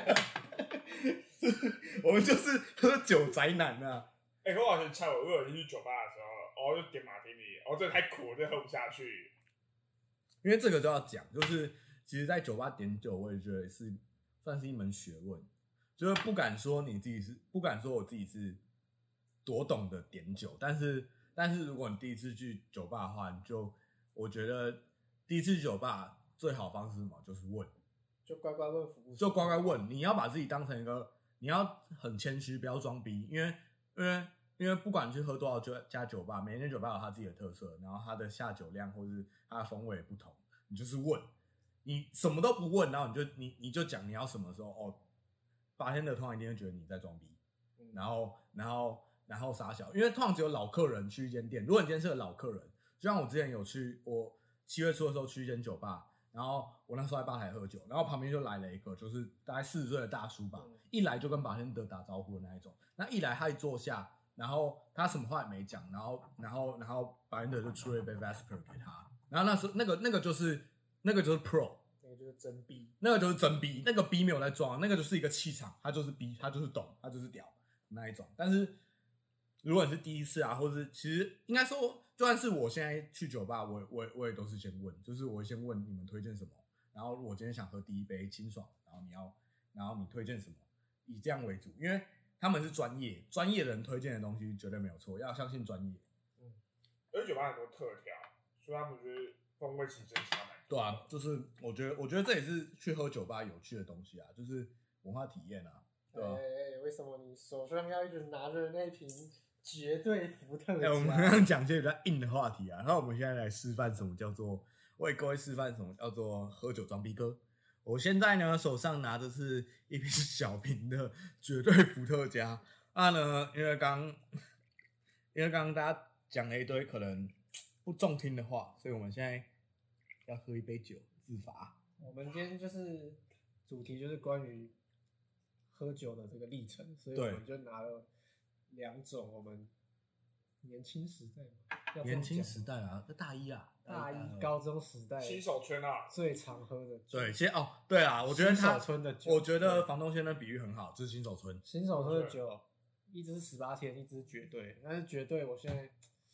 我们就是喝酒宅男啊。 可我好像猜我有一天去酒吧的时候，就点马提尼，这太苦，我真的喝不下去。 因为这个就要讲，就是其实，在酒吧点酒，我也觉得算是一门学问，就是不敢说我自己是多懂得点酒，但是如果你第一次去酒吧的话，我觉得第一次去酒吧最好方式是什么？就是问， 就乖乖问服务， 就乖乖问，你要把自己当成一个，你要很谦虚，不要装逼，因为不管去喝多少家酒吧，每间酒吧有它自己的特色，然后它的下酒量或是它的风味也不同，你就是问，你什么都不问，然后你就讲你要什么时候bartender通常一定会觉得你在装逼，然后傻小，因为通常只有老客人去一间店，如果你今天是个老客人，就像我之前有去，我7月初的时候去一间酒吧，然后我那时候在吧台喝酒，然后旁边就来了一个就是大概40岁的大叔吧，一来就跟bartender打招呼的那一种，那一来他一坐下。然后他什么话也没讲，然后bartender就出了一杯 Vesper 给他，然后那时候那个就是 Pro， 那个就是真逼， 那个就是真逼，那个逼没有在装，那个就是一个气场，他就是逼，他就是懂，他就是屌那一种。但是如果你是第一次啊，或是其实应该说，就算是我现在去酒吧，我也都是先问，就是我会先问你们推荐什么，然后我今天想喝第一杯清爽，然后你推荐什么，以这样为主，因为他们是专业的人推荐的东西绝对没有错，要相信专业。 而且酒吧很多特调，所以他们觉得风味其实真差蛮多。 对啊，就是我觉得这也是去喝酒吧有趣的东西啊，就是文化体验啊，对吧？ 为什么你手上要一直拿着那瓶绝对伏特加？ 我们刚刚讲一些比较硬的话题啊，然后我们现在来示范什么叫做为各位示范什么叫做喝酒装逼哥。我现在呢手上拿的是一瓶小瓶的绝对伏特加呢，因为刚刚大家讲了一堆可能不中听的话，所以我们现在要喝一杯酒自罚。 我们今天就是主题就是关于喝酒的这个历程，所以我们就拿了2种我们年轻时代啊，大一高中时代新手村啊最常喝的酒。 对啊，我觉得新手村的酒， 我觉得房东先生比喻很好，这是新手村。 新手村的酒，一支是18天，一支绝对，但是绝对我现在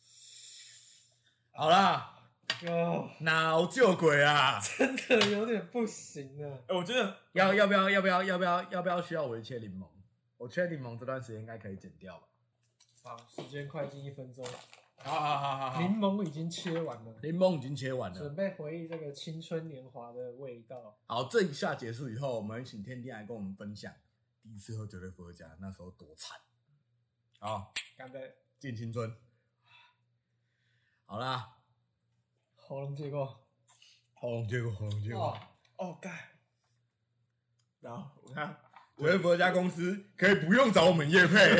好啦。脑救鬼啊！ 真的有点不行了。 我真的要不要需要我切柠檬？我切柠檬这段时间应该可以剪掉吧？ 好，时间快进1分钟。 好， 柠檬已经切完了，准备回忆这个青春年华的味道。 好，这一下结束以后，我们请天地来跟我们分享第一次喝绝对伏特加那时候多惨。好， 干杯， 敬青春。好啦。 喉咙结果。 干。然后我看， 绝对伏特加公司可以不用找我们业配。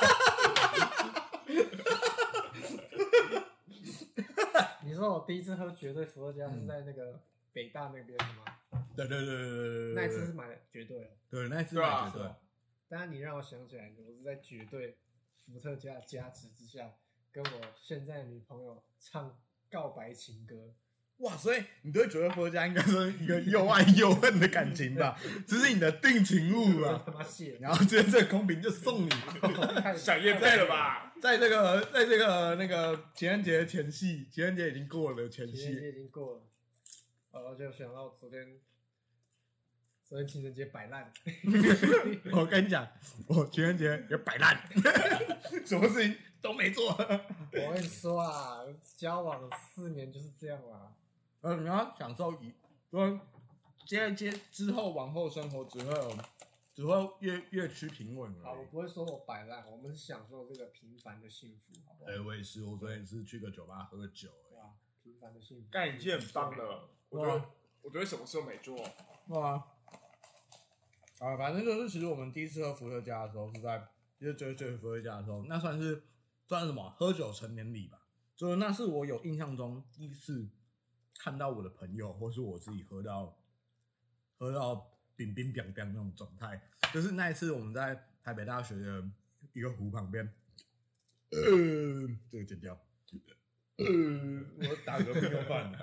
你说我第一次喝绝对伏特加是在那个北大那边的吗？ 对， 那一次是买绝对。 对，那一次买绝对。 当然你让我想起来，我是在绝对伏特加的加持之下，跟我现在的女朋友唱告白情歌。 哇，所以你对绝对伏特加应该说一个又爱又恨的感情吧？这是你的定情物啊！ 他妈谢。 然后今天这个空瓶就送你， 想业配了吧？ 在这个那个情人节前夕，情人节已经过了前夕， 情人节已经过了，然后就想到昨天情人节摆烂。 我跟你讲，我情人节也摆烂，什么事情都没做。 我跟你说啊，交往4年就是这样啦。 你要享受接之后往后生活只会越趋平稳而已。 我不会说我摆烂，我们是享受这个平凡的幸福，好不好？ 我也是，我昨天也是去个酒吧喝个酒， 平凡的幸福。 干已经很棒了，我觉得什么事都没做。 哇！反正就是其实我们第一次喝伏特加的时候是在绝对伏特加的时候，那算是什么？喝酒成年礼吧。 就是那是我有印象中第一次看到我的朋友或是我自己喝到冰冰冰冰那种状态，就是那一次我们在台北大学的一个湖旁边，这个剪掉，我打嗝没有饭，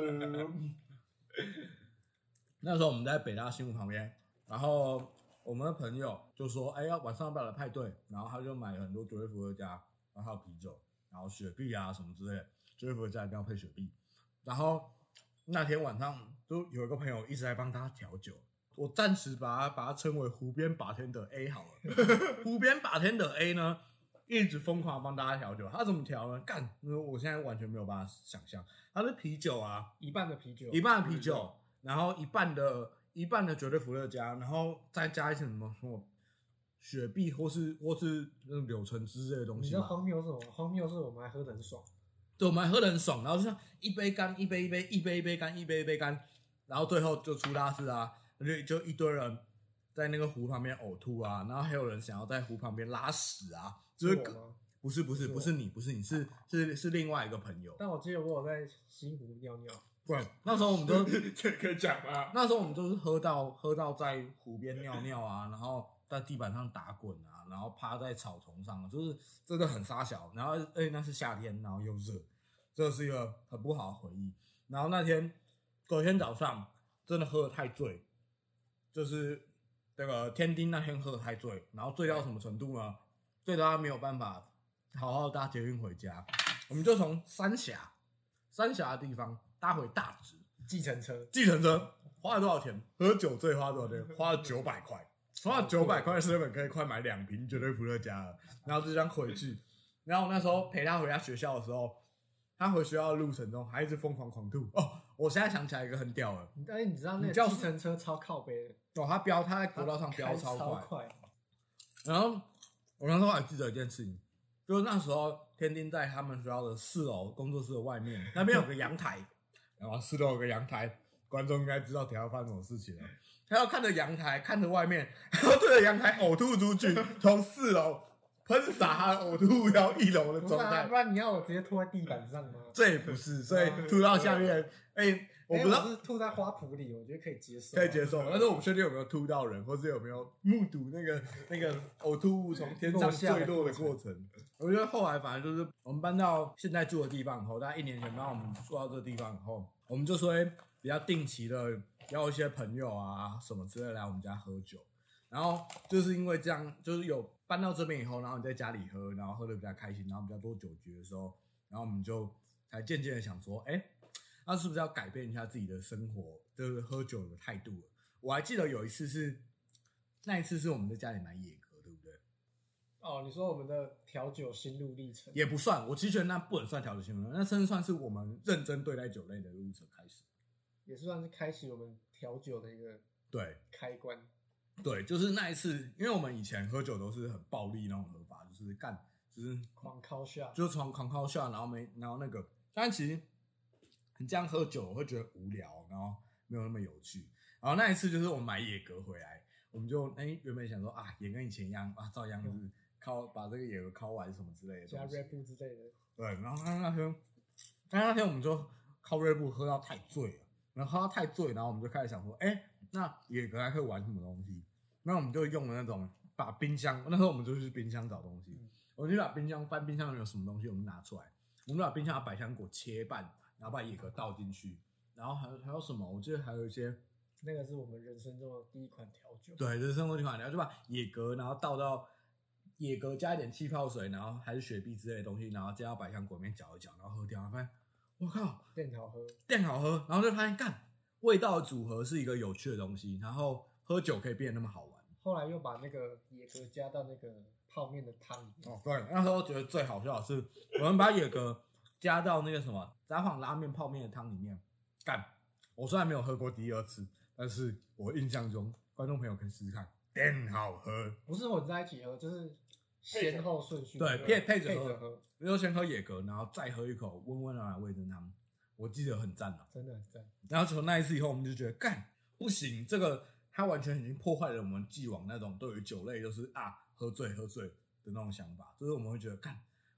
那时候我们在北大新湖旁边，然后我们的朋友就说，哎，晚上要不要来派对？然后他就买了很多九杯伏特加，然后还有啤酒，然后雪碧啊什么之类的，九杯伏特加一定要配雪碧。然后那天晚上就有一个朋友一直在帮他调酒，我暂时把他称为湖边bartender A 好了。湖边bartender A 呢，一直疯狂帮大家调酒。他怎么调呢？干，我现在完全没有办法想象。他是啤酒啊， 一半的啤酒， 然后一半的绝对伏特加，然后再加一些什么雪碧或是那种柳橙汁之类的东西。 你知道荒谬是什么？荒谬是我们还喝得很爽。 对，我们还喝得很爽，然后就像一杯干，一杯一杯，一杯一杯干，一杯一杯干，然后最后就出大事啊！就一堆人在那个湖旁边呕吐啊，然后还有人想要在湖旁边拉屎啊，就是不是你是另外一个朋友。 但我记得我有在西湖尿尿。 对，那时候我们都这可以讲吗？ 那时候我们都是喝到在湖边尿尿啊，然后在地板上打滚啊，然后趴在草丛上，就是真的很沙小。然后那是夏天，然后又热，这是一个很不好的回忆。然后隔天早上真的喝得太醉，就是这个天丁那天喝得太醉，然后醉到什么程度呢？醉到他没有办法好好搭捷运回家，我们就从三峡的地方搭回大直计程车花了多少钱？喝酒醉花了多少钱？花了900块，花了900块，7-Eleven可以快买2瓶绝对伏特加了。然后就这样回去，然后我那时候陪他回他学校的时候，他回学校的路程中还一直疯狂狂吐。哦，我现在想起来一个很屌的， 但是你知道那个计程车超靠北的， 他在国道上飙超快。 然后我那时候还记得一件事情，就是那时候天丁在他们学校的4楼工作室的外面，那边有个阳台，然后4楼有个阳台，观众应该知道等一下发生什么事情了。他要看着阳台，看着外面，然后对着阳台呕吐出去，从4楼喷洒他的呕吐到1楼的状态。 不然你要我直接吐在地板上吗？ 这也不是，所以吐到下面，我不知道是吐在花圃里，我觉得可以接受， 但是我不确定有没有吐到人，或是有没有目睹那个呕吐物从天上坠落的过程。我觉得后来反正就是我们搬到现在住的地方以后，大概1年前搬到我们住到这个地方以后，我们就说比较定期的邀一些朋友啊什么之类来我们家喝酒。然后就是因为这样，就是有搬到这边以后，然后你在家里喝，然后喝得比较开心，然后比较多酒局的时候，然后我们就才渐渐的想说，那是不是要改变一下自己的生活，就是喝酒的态度了？我还记得有一次那一次是我们在家里买野格，对不对？ 哦，你说我们的调酒心路历程也不算，我其实觉得那不能算调酒心路历程，那甚至算是我们认真对待酒类的路程开始， 也是算是开启我们调酒的一个开关。 对，就是那一次，因为我们以前喝酒都是很暴力那种喝法，就是狂敲下， 就是狂敲下，然后那个，但其实你这样喝酒我会觉得无聊，然后没有那么有趣。然后那一次就是我们买野格回来，我们就原本想说啊，也跟以前一样啊，照样就是把这个野格敲完什么之类的， 加 Red Bull 之类的。 对，然后那天我们就靠 Red Bull喝到太醉了，然后喝到太醉，然后我们就开始想说，那野格还可以玩什么东西？那我们就用了那种把冰箱，那时候我们就去冰箱找东西，我们就把翻冰箱有什么东西，我们拿出来，我们把冰箱的百香果切半，然后把野格倒进去，然后还有什么？我记得还有一些， 那个是我们人生中的第一款调酒。 对，人生中第一款调酒，就把野格，然后倒到野格加一点气泡水，然后还是雪碧之类的东西，然后加到百香果里面搅一搅，然后喝掉，发现我靠， 电好喝， 然后就发现味道的组合是一个有趣的东西，然后喝酒可以变得那么好玩。 后来又把那个野格加到那个泡面的汤里面。 哦，对，那时候觉得最好笑的是，我们把野格加到那个什么札幌拉面泡面的汤里面。我虽然没有喝过第2次，但是我印象中，观众朋友可以试试看，真好喝。 不是混在一起喝，就是先後顺序。 对，配着喝，就先喝野格，然后再喝一口温温的味噌汤，我记得很赞啊， 真的很赞。 然后从那一次以后，我们就觉得不行，这个它完全已经破坏了我们既往那种对于酒类就是喝醉的那种想法，就是我们会觉得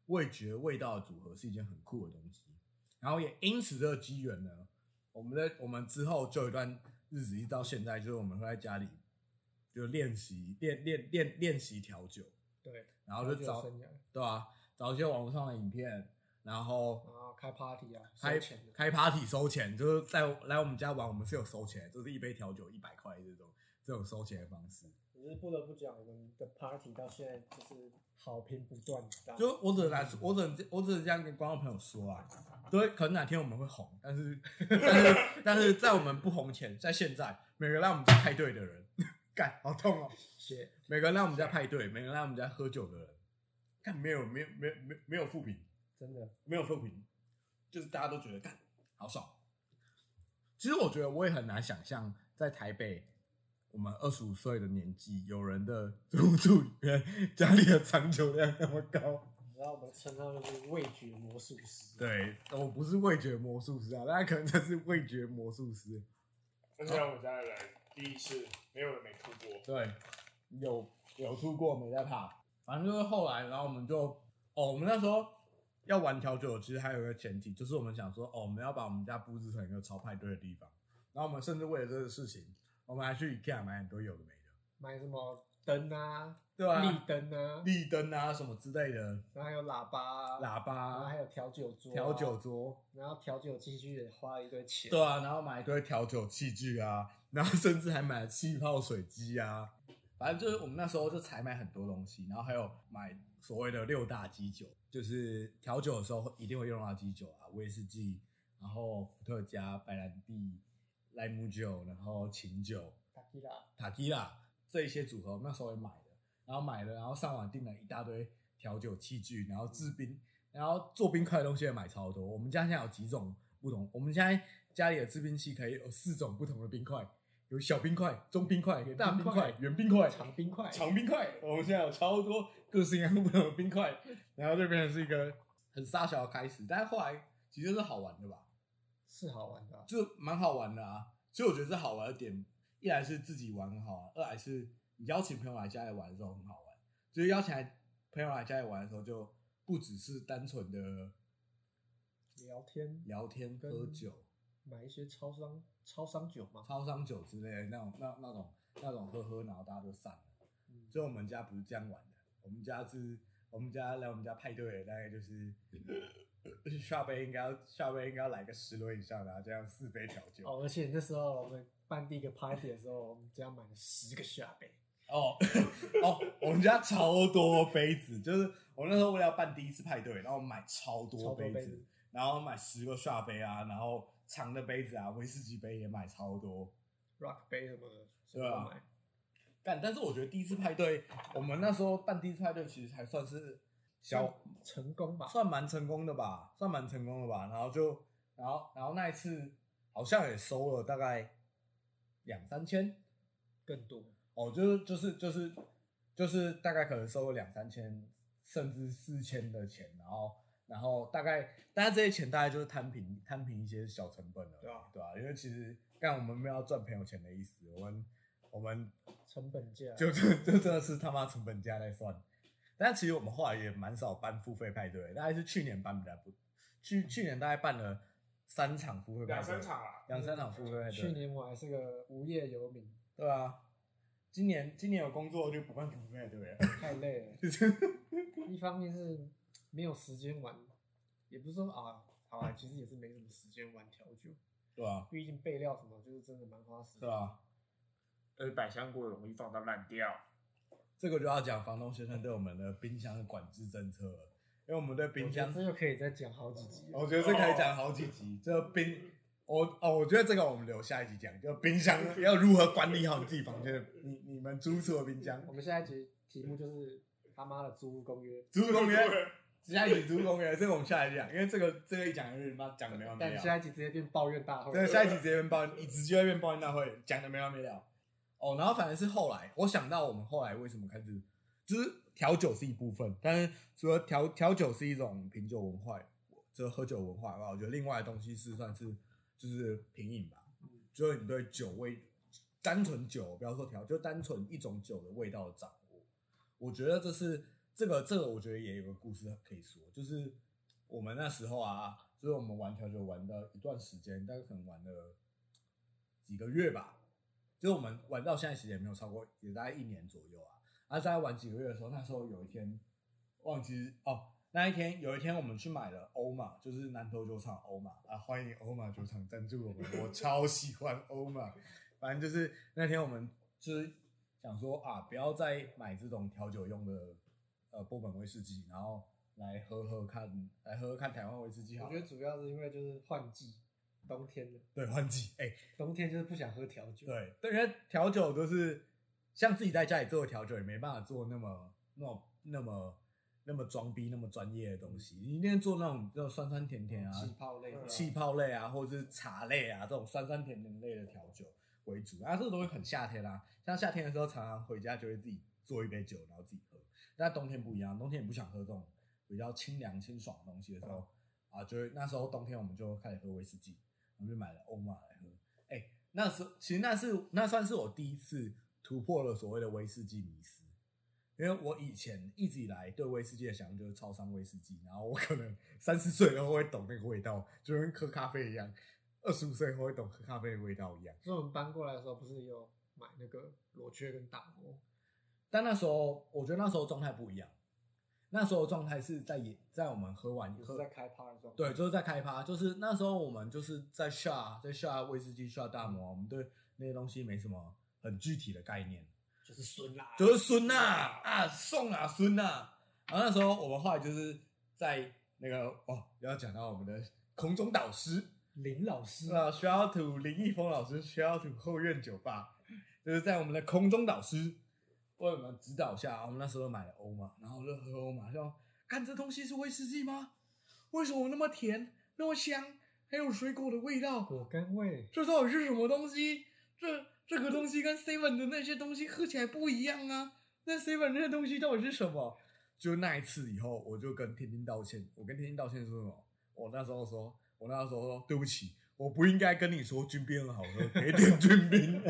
味觉味道的组合是一件很酷的东西。然后也因此这个机缘呢，我们之后就有一段日子一直到现在，就是我们会在家里就练习调酒， 对， 然后就找对啊，找一些网络上的影片，然后开 party 啊， 开 party 收钱，就是来我们家玩，我们是有收钱，就是一杯调酒100块这种收钱的方式。 可是不得不讲，我们的 party 到现在就是好评不断。 就我只能这样跟观众朋友说啊，对，可能哪天我们会红，但是在我们不红前，在现在，每个来我们家派对的人，干好痛哦！每个来我们家派对，每个来我们家喝酒的人，干没有负评， 真的没有负评，就是大家都觉得干好爽。其实我觉得我也很难想象，在台北。我们25岁的年纪，有人的住里面家里的长酒量那么高， 然后我们称他就是味觉魔术师。 对，我不是味觉魔术师啊，大家可能真是味觉魔术师。 而且我们家的人第一次没有人没吐过， 对，有吐过没在怕，反正就是后来，然后我们就我们那时候要玩调酒，其实还有一个前提，就是我们想说我们要把我们家布置成一个超派对的地方，然后我们甚至为了这个事情。我们还去 IKEA 买很多有的没的， 买什么灯啊， 对啊，立灯啊什么之类的， 然后还有喇叭， 然后还有调酒桌，然后调酒器具也花了一堆钱， 对啊，然后买一堆调酒器具啊，然后甚至还买了气泡水机啊，反正就是我们那时候就采买很多东西，然后还有买所谓的6大基酒，就是调酒的时候一定会用到基酒啊，威士忌，然后伏特加、白兰地。莱姆酒，然后琴酒、塔基拉这一些组合，那时候也买了，然后上网订了一大堆调酒器具，然后制冰，然后做冰块的东西也买超多。我们家现在有几种不同，我们现在家里的制冰器可以有4种不同的冰块，有小冰块、中冰块、大冰块、圆冰块、 长冰块。 我们现在有超多各式各样不同的冰块，然后这边是一个很傻小的开始，但是后来其实是好玩的吧。 是好玩的， 就蛮好玩的啊。所以我觉得这好玩的点，一来是自己玩很好玩，二来是你邀请朋友来家里玩的时候很好玩。就是邀请朋友来家里玩的时候，就不只是单纯的聊天、喝酒， 买一些超商酒嘛， 超商酒之类的那种喝，然后大家都散了。所以我们家不是这样玩的，我们家来我们家派对的大概就是。下杯应该要来个10轮以上，然后这样4杯调酒。 而且那时候我们办第一个 party 的时候，我们家买了10个下杯。 我们家超多杯子，就是我那时候为了要办第一次派对，然后买超多杯子，然后买10个下杯啊，然后长的杯子啊，威士忌杯也买超多 ，rock 杯什么的， 对啊。但是我觉得第一次派对，我们那时候办第一次派对其实还算是。 成功吧， 算蛮成功的吧。然后那一次好像也收了大概2-3千， 更多就是大概可能收了2-3千，甚至4千的钱，然后大概这些钱大概就是摊平一些小成本了，对吧？因为其实我们没有要赚朋友钱的意思，我们成本价就真的是他妈成本价在算。但其实我们后来也蛮少办付费派对，大概是去年办比较不，去年大概办了3场付费派对，2-3场付费派对。 去年我还是个无业游民， 对啊，今年有工作就不办付费派对了， 太累了。一方面是没有时间玩，也不是说其实也是没什么时间玩调酒， 对啊， 毕竟备料什么就是真的蛮花时间， 对啊， 百香果容易放到烂掉。 这个就要讲房东先生对我们的冰箱的管制政策了，因为我们对冰箱这个可以再讲好几集。 我觉得这可以讲好几集。这个我觉得这个我们留下一集讲，就冰箱要如何管理好你自己房间的你们租出的冰箱。 我们下一集题目就是他妈的租屋公约。 下一集租屋公约，这个我们下来讲，因为这个一讲就是妈讲的没完没了。 但下一集直接变抱怨大会。 对，下一集直接变抱怨，直接变抱怨大会，讲的没完没了。然后反正是后来，我想到我们后来为什么开始，就是调酒是一部分，但是除了调酒是一种品酒文化，这喝酒文化的话，我觉得另外的东西是算是就是品饮吧，就是你对酒味，单纯酒，不要说调，就单纯一种酒的味道的掌握，我觉得这是这个我觉得也有个故事可以说，就是我们那时候啊，就是我们玩调酒玩到一段时间，大概可能玩了几个月吧，就是我们玩到现在其实也没有超过，也大概1年左右啊。在玩几个月的时候，那时候有一天忘记那有一天我们去买了欧玛，就是南投酒厂欧玛啊，欢迎欧玛酒厂赞助我们，我超喜欢欧玛。反正就是那天我们就是想说啊，不要再买这种调酒用的波本威士忌，然后来喝喝看台湾威士忌好了。 我觉得主要是因为就是换季，冬天的。 对，换季， 冬天就是不想喝调酒。 对，因为调酒都是像自己在家里做的调酒，也没办法做那么装逼、那么专业的东西。你一定做那种酸酸甜甜啊、气泡类啊，或者是茶类啊这种酸酸甜甜类的调酒为主。这个都会很夏天啦，像夏天的时候，常常回家就会自己做一杯酒，然后自己喝。但冬天不一样，冬天也不想喝这种比较清凉清爽的东西的时候就会那时候冬天我们就开始喝威士忌，我们就买了欧玛来喝。其实那算是我第一次突破了所谓的威士忌迷思，因为我以前一直以来对威士忌的想象就是超商威士忌，然后我可能30岁后会懂那个味道，就跟喝咖啡一样，25岁后会懂喝咖啡的味道一样。 所以我们搬过来的时候，不是有买那个罗雀跟大摩， 但那时候我觉得那时候状态不一样，那时候状态是在我们喝完就是在开趴的状态。 对，就是在开趴，就是那时候我们就是在下威士忌下大摩，我们对那些东西没什么很具体的概念， 就是孙啦， 送啦孙啦。然后那时候我们后来就是在那个要讲到我们的空中导师林老师 shout out to 林毅峰老师 shout out to 后院酒吧，就是在我们的空中导师为我们指导下，我们那时候买了欧玛，然后就喝欧玛，就看这东西是威士忌吗？为什么那么甜，那么香，还有水果的味道， 果干味， 这到底是什么东西？这个东西跟 Seven 的那些东西喝起来不一样啊！那 Seven 那些东西到底是什么？就那一次以后，我就跟天天道歉。我跟天天道歉说什么？我那时候说对不起，我不应该跟你说军兵很好喝，可以点军兵。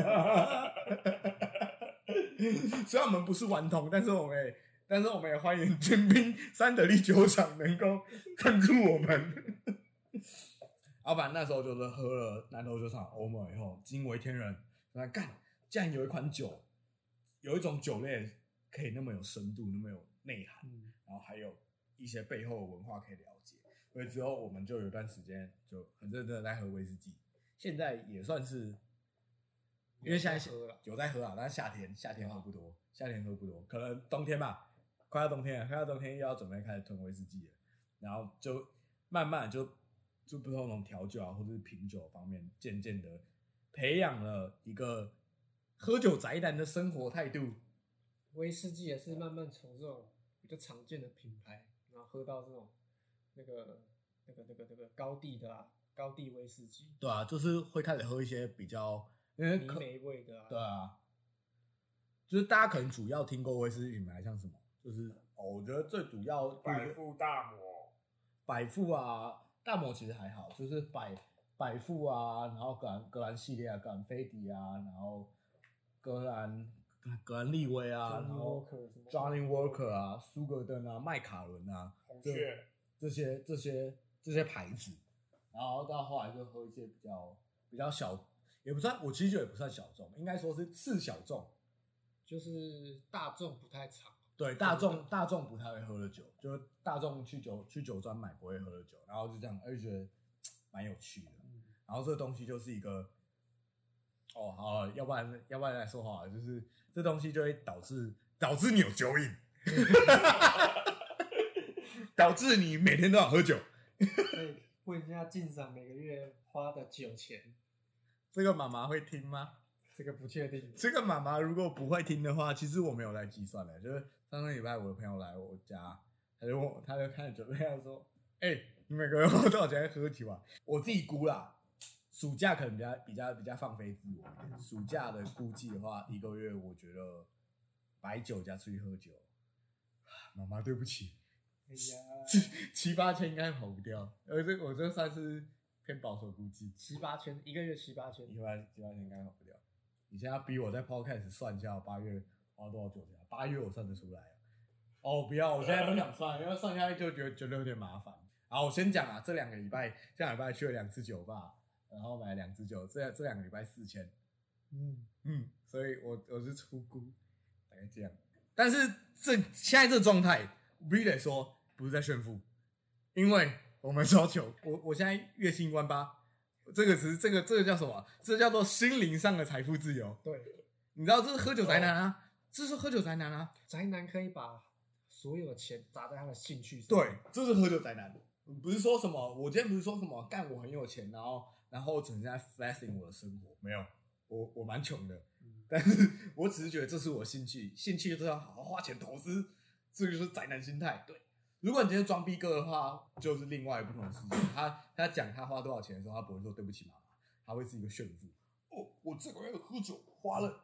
虽然我们不是顽童，但是我们也欢迎军兵三得利酒厂能够赞助我们。老板那时候就是喝了南投酒厂欧玛以后，惊为天人。竟然有一款酒，有一种酒类可以那么有深度，那么有内涵，然后还有一些背后的文化可以了解。所以之后我们就有一段时间就很认真的在喝威士忌，现在也算是。因为现在有在喝啊，但是夏天喝不多，可能冬天吧，快到冬天又要准备开始囤威士忌了，然后就慢慢就不同那种调酒啊或者是品酒方面，渐渐的培养了一个喝酒宅男的生活态度。 威士忌也是慢慢从这种比较常见的品牌，然后喝到这种那个高地威士忌。 对啊，就是会开始喝一些比较。 泥煤味的对啊，就是大家可能主要听过威士忌品牌像什么，就是我觉得最主要百富大摩， 百富啊，大摩其实还好，就是百富啊，然后格兰系列啊，格兰菲迪啊，然后格兰利威啊，然后 Johnny Walker 啊，苏格登啊，麦卡伦啊， 红雀这些牌子，然后到后来就喝一些比较小。也不算，我其实觉得也不算小众，应该说是次小众， 就是大众不太常。 对，大众不太会喝的酒，就是大众去酒庄买不会喝的酒，然后就这样，就觉得蛮有趣的。然后这个东西就是一个，好，要不然来说好了，就是这东西就会导致你有酒瘾，导致你每天都想喝酒。 可以问一下进长每个月花的酒钱。 这个妈妈会听吗？ 这个不确定。 这个妈妈如果不会听的话，其实我没有在计算的。就是上个礼拜我的朋友来我家，他就看着酒杯，他说：“你每个月花多少钱喝酒啊？”我自己估啦，暑假可能比较放飞自我。暑假的估计的话，一个月我觉得白酒加出去喝酒，妈妈对不起，7、8千应该跑不掉。我这算是。偏保守估计 7、8千，一个月7、8千 ，7、8千应该跑不掉。你现在逼我在 podcast 算一下，8月花多少酒钱？8月我算得出来哦，不要，我现在不想算，因为算下去就觉得有点麻烦。好，我先讲啊，这2个礼拜去了2次酒吧，然后买了2支酒，这2个礼拜4000。所以我是粗估大概这样。但是现在这状态，我必须得说不是在炫富，因为我们要求我现在月薪18000，这个叫什么？这叫做心灵上的财富自由。 对， 你知道这是喝酒宅男啊，这是喝酒宅男啊。 宅男可以把所有的钱砸在他的兴趣上。 对，这是喝酒宅男。不是说什么，我今天不是说什么干我很有钱，然后整天在 flexing 我的生活，没有，我蛮穷的。但是我只是觉得这是我兴趣就是要好好花钱投资，这个就是宅男心态。对，如果你今天装逼哥的话，就是另外不同的世界。他讲他花多少钱的时候，他不会说对不起妈妈，他会是一个炫富。我这个月喝酒花了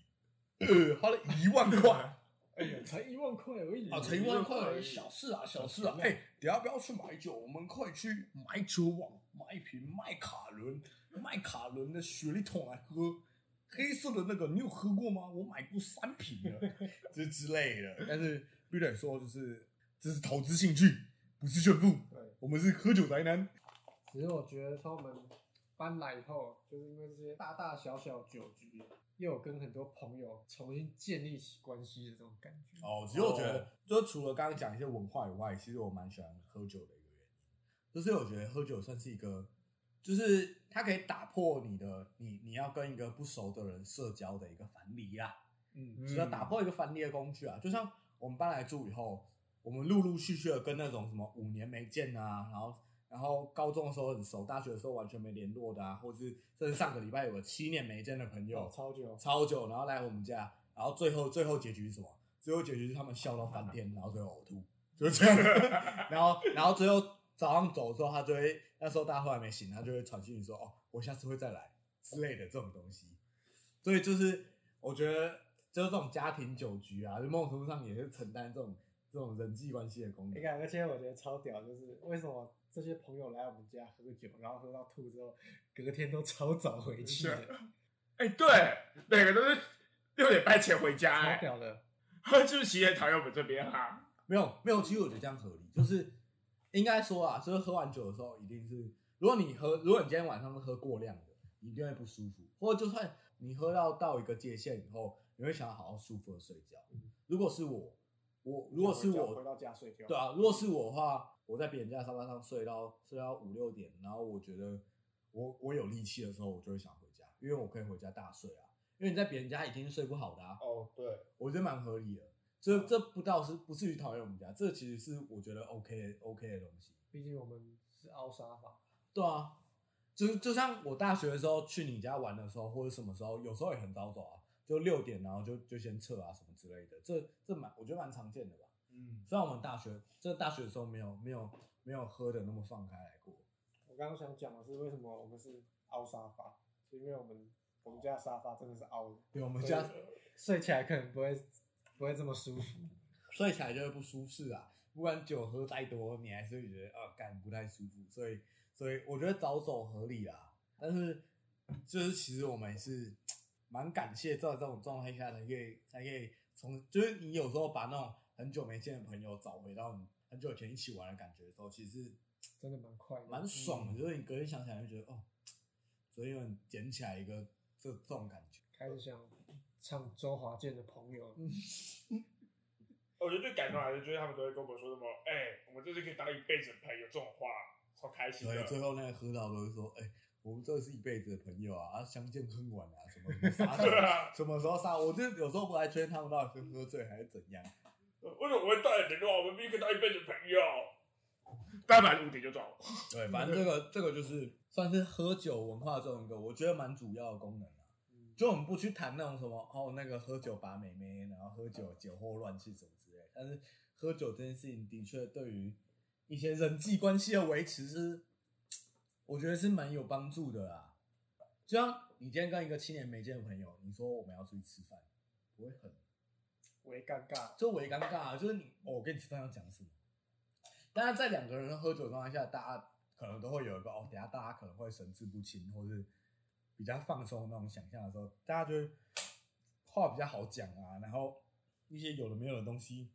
1万块， 哎呀，才1万块而已啊，才1万块而已，小事啊。等下不要去买酒，我们快去买酒网买一瓶麦卡伦的雪莉桶来喝。黑色的那个你有喝过吗？我买过3瓶了，之类的。但是必须得说，就是这是投资兴趣，不是炫富。 对， 我们是喝酒宅男。 只是我觉得从我们搬来以后，就是因为这些大大小小酒局，又有跟很多朋友重新建立起关系的这种感觉。 其实我觉得，就除了刚刚讲一些文化以外，其实我蛮喜欢喝酒的一个原因，就是我觉得喝酒算是一个。就是它可以打破你要跟一个不熟的人社交的一个樊篱啊，就是要打破一个樊篱的工具啊。就像我们搬来住以后，我们陆陆续续的跟那种什么5年没见啊，然后高中的时候很熟，大学的时候完全没联络的啊，或是甚至上个礼拜有个7年没见的朋友，超久，然后来我们家，然后最后结局是什么？最后结局是他们笑到翻天，然后最后呕吐，就这样。然后最后。早上走的时候，他就会那时候大家都还没醒，他就会传讯息说：“哦，我下次会再来之类的这种东西。”所以就是我觉得就是这种家庭酒局啊，就某种程度上也是承担这种人际关系的功能。 而且我觉得超屌，就是为什么这些朋友来我们家喝酒，然后喝到吐之后，隔天都超早回去的。 对，每个都是6点半前回家， 超屌的。 就是其实很讨厌我们这边哈。 没有，其实我觉得这样合理，就是应该说啊，就是喝完酒的时候，一定是如果你今天晚上是喝过量的，你一定会不舒服，或者就算你喝到一个界限以后，你会想要好好舒服的睡觉。如果是我回到家睡觉， 对啊，如果是我的话，我在别人家沙发上睡到5-6点，然后我觉得我有力气的时候，我就会想回家，因为我可以回家大睡啊。因为你在别人家一定是睡不好的啊。 对， 我觉得蛮合理的。这不至于讨厌我们家，这其实是我觉得 OK 的东西。 毕竟我们是凹沙发。 对啊，就像我大学的时候去你家玩的时候，或者什么时候，有时候也很早走啊，就6点，然后就先撤啊什么之类的。我觉得蛮常见的吧。虽然我们大学的时候没有喝的那么放开来过。 我刚刚想讲的是为什么我们是凹沙发，是因为我们家的沙发真的是凹的。 对，我们家睡起来可能不会这么舒服， 睡起来就会不舒适啊。不管酒喝再多，你还是会觉得干不太舒服。所以我觉得早走合理啦。但是就是其实我们也是蛮感谢在这种状态下才可以就是你有时候把那种很久没见的朋友找回到你很久以前一起玩的感觉的时候，其实真的蛮快的， 蛮爽的。就是你隔天想起来就觉得昨天有人捡起来一个这种感觉， 开始想唱周华健的朋友。 我觉得最感动还是就是他们都会跟我说什么，我们这是可以当一辈子的朋友，这种话超开心的。 对，最后那个喝到都会说，我们这是一辈子的朋友啊，相见恨晚啊，什么杀什么时候杀？我就有时候不太确定他们到底是喝醉还是怎样。 为什么我会带人的话，我们必须可以当一辈子的朋友？大概5点就走了。 对，反正这个就是算是喝酒文化这种一个，我觉得蛮主要的功能啊。就我们不去谈那种什么那个喝酒把妹妹，然后喝酒酒后乱性什么之类的，但是喝酒这件事情的确对于一些人际关系的维持是，我觉得是蛮有帮助的啦。就像你今天跟一个7年没见的朋友，你说我们要出去吃饭，不会很微尴尬， 就微尴尬，就是我跟你吃饭要讲什么？当然在2个人喝酒的状态下，大家可能都会有一个等一下大家可能会神志不清，或是比较放松的那种想象的时候，大家就会话比较好讲啊，然后一些有的没有的东西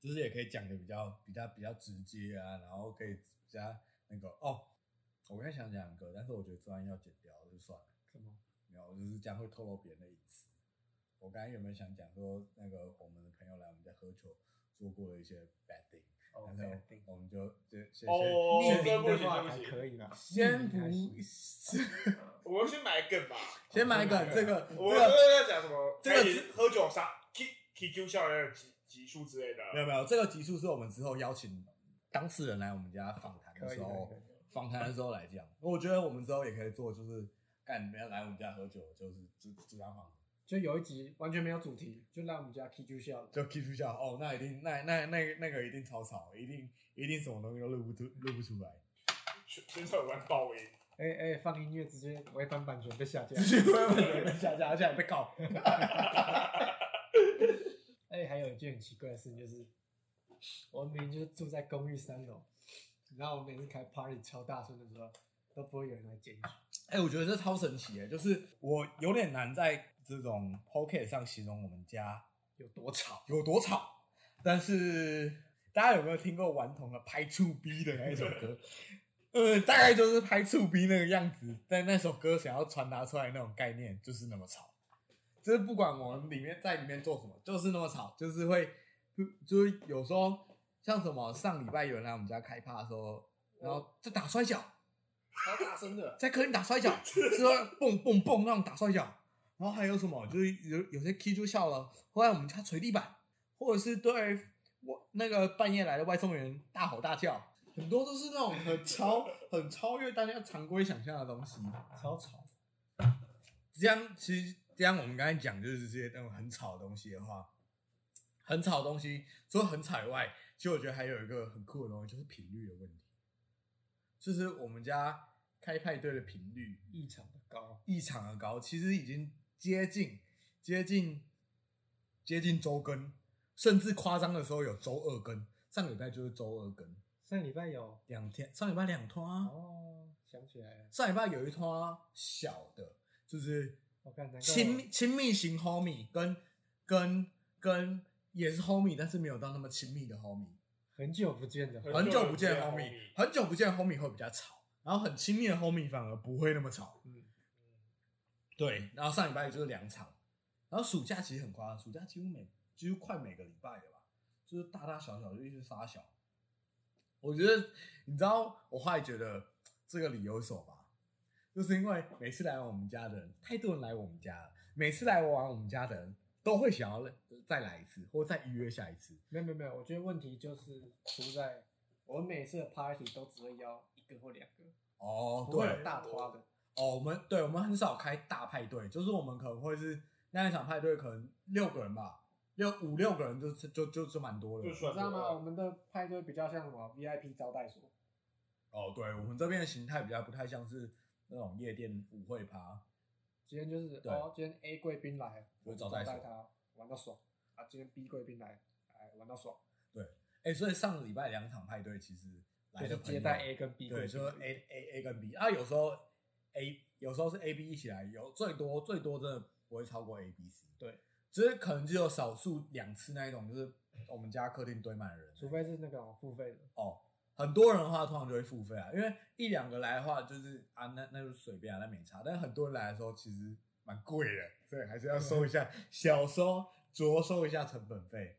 就是也可以讲的比较直接啊，然后可以比较那个哦。我刚才想讲一个，但是我觉得这段要剪掉，就算了。 什么？ 没有，就是这样会透露别人的隐私。我刚才有没有想讲说，那个我们的朋友来我们家喝酒做过的一些 bad thing， 然后我们就先匿名的话还可以啦， 先不， 我们先买梗吧， 先买梗。这个我们要讲什么？ 这个喝酒杀 QQ 校园的集数之类的。 没有，这个集数是我们之后邀请当事人来我们家访谈的时候来讲。我觉得我们之后也可以做，就是干你们要来我们家喝酒，就是这样访谈。 就有一集完全没有主题，就让我们家 KQ 笑了， 就 KQ 笑哦，那一定那个一定超吵，一定什么东西都录不出来， 全场有关爆音， 放音乐直接违反版权被下架， 直接违反版权被下架，而且还被告。 还有一件很奇怪的事情就是，我明明就是住在公寓3楼，然后我每次开 party 超大声的时候，都不会有人来检举。 我觉得这超神奇就是我有点难在这种 podcast 上形容我们家有多吵， 但是大家有没有听过顽童的拍触 B 的那一首歌？大概就是拍触 B 那个样子，但那首歌想要传达出来的那种概念就是那么吵，就是不管我们在里面做什么，就是那么吵，就是就是有时候像什么上礼拜有人来我们家开趴的时候，然后在打摔跤。 超大声的， 在客厅打摔跤，是说蹦蹦蹦那种打摔跤，然后还有什么，就是有些 K 就笑了，后来我们家捶地板，或者是对我那个半夜来的外送员大吼大叫，很多都是那种很超越大家常规想象的东西， 超吵。 其实这样我们刚才讲就是这些那种很吵的东西的话，很吵的东西除了很吵以外，其实我觉得还有一个很酷的东西，就是频率的问题。就是我们家开派对的频率异常的高， 其实已经接近周更，甚至夸张的时候有周2更。上礼拜就是周2更， 上礼拜有 2天，上礼拜2团哦，想起来了， 上礼拜有一团小的，就是亲密型 homie 跟也是 homie， 但是没有到那么亲密的 homie。 很久不见的 homie 会比较吵，然后很亲密的 homie 反而不会那么吵。对，然后上礼拜就是2场，然后暑假其实很夸张，暑假几乎快每个礼拜了吧，就是大大小小就一直发小。我觉得你知道我后来觉得这个理由是什么吗？就是因为每次来我们家的人，太多人来我们家了，每次来玩我们家的人都会想要再来一次，或再预约下一次。 没有，我觉得问题就是出在我们每次的 party 都只会邀1个或2个，不会有大团的。 我们很少开大派对，就是我们可能会是那一场派对可能6个人吧，5、6个人就蛮多的。 你知道吗？我们的派对比较像什么 VIP 招待所。 对，我们这边的形态比较不太像是那种夜店舞会趴。 今天就是今天 A 贵宾来， 我招待他玩到爽啊！今天 B 贵宾来玩到爽。 对，所以上礼拜2场派对其实来的朋友就是接待 A 跟 B， 对，就是 A 跟 B 啊，有时候是 A B 一起来，有最多真的不会超过 A B C。 对， 只是可能只有少数2次那一种，就是我们家客厅堆满的人， 除非是那个付费的很多人的话通常就会付费啊，因为1、2个来的话就是那就随便那没差。但是很多人来的时候其实蛮贵的，所以还是要收一下着收一下成本费。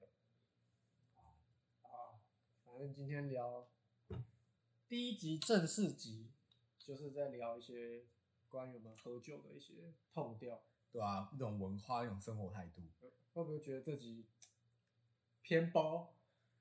反正今天聊第1集正式集，就是在聊一些关于我们喝酒的一些痛调， 对啊，一种文化，一种生活态度。 会不会觉得这集偏包？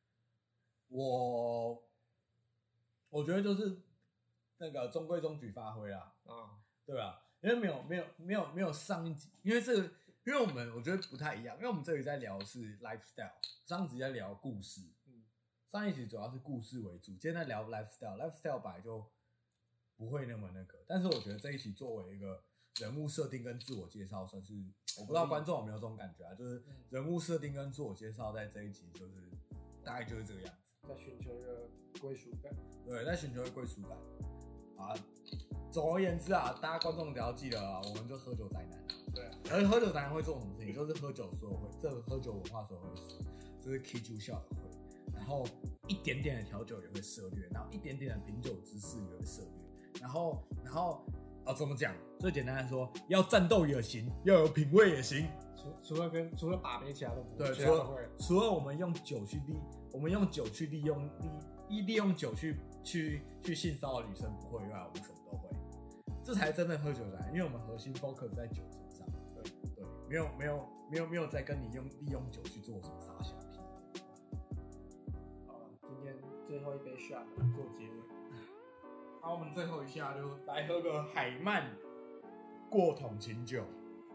我觉得就是那个中规中矩发挥啦，对吧？因为没有上一集，因为我觉得不太一样，因为我们这里在聊的是 lifestyle， 上一集在聊故事，上一集主要是故事为主，今天在聊 lifestyle 本来就不会那么那个，但是我觉得这一集作为一个人物设定跟自我介绍，算是我不知道观众有没有这种感觉啊，就是人物设定跟自我介绍在这一集就是大概就是这个样子。 在寻求一个归属感， 对，在寻求一个归属感啊。总而言之啊，大家观众只要记得啊，我们就喝酒宅男啊。 对啊， 而喝酒宅男会做什么事情？就是喝酒所有会，这个喝酒文化所有会，这是 K 酒校友会。 然后一点点的调酒也会涉略，然后一点点的品酒知识也会涉略，然后怎么讲？最简单的说，要战斗也行，要有品味也行。 除了把妹，其他都不会。 对，除了我们用酒去利用酒去性骚扰女生不会以外，我们什么都会。这才真的喝酒来，因为我们核心 focus 在酒身上。对，没有在跟你利用酒去做什么傻小屁。 好了，今天最后一杯 shot 做结尾。 好，我们最后一下就来喝个海曼过桶清酒。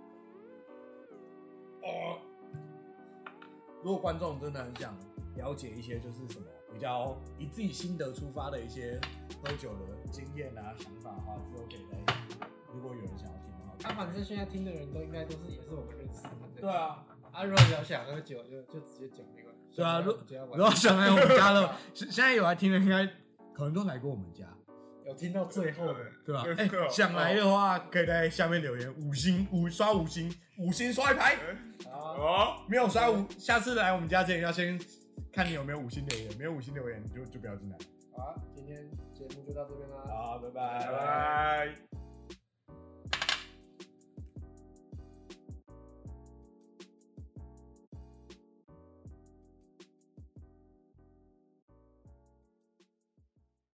如果观众真的很想了解一些就是什么比较以自己心得出发的一些喝酒的经验啊想法的话，之后可以再如果有人想要听的话， 反正现在听的人都应该也是我们认识的。 对啊， 如果你要想喝酒就直接讲没关系。 对啊，如果想来我们家的，现在有来听的应该可能都来过我们家。 有听到最后的， 对吧？想来的话，可以在下面留言，刷五星刷一排。没有刷下次来我们家之前要先看你有没有5星留言，没有5星留言就不要进来。 好啊，今天节目就到这边啦。 好，拜拜。 拜拜。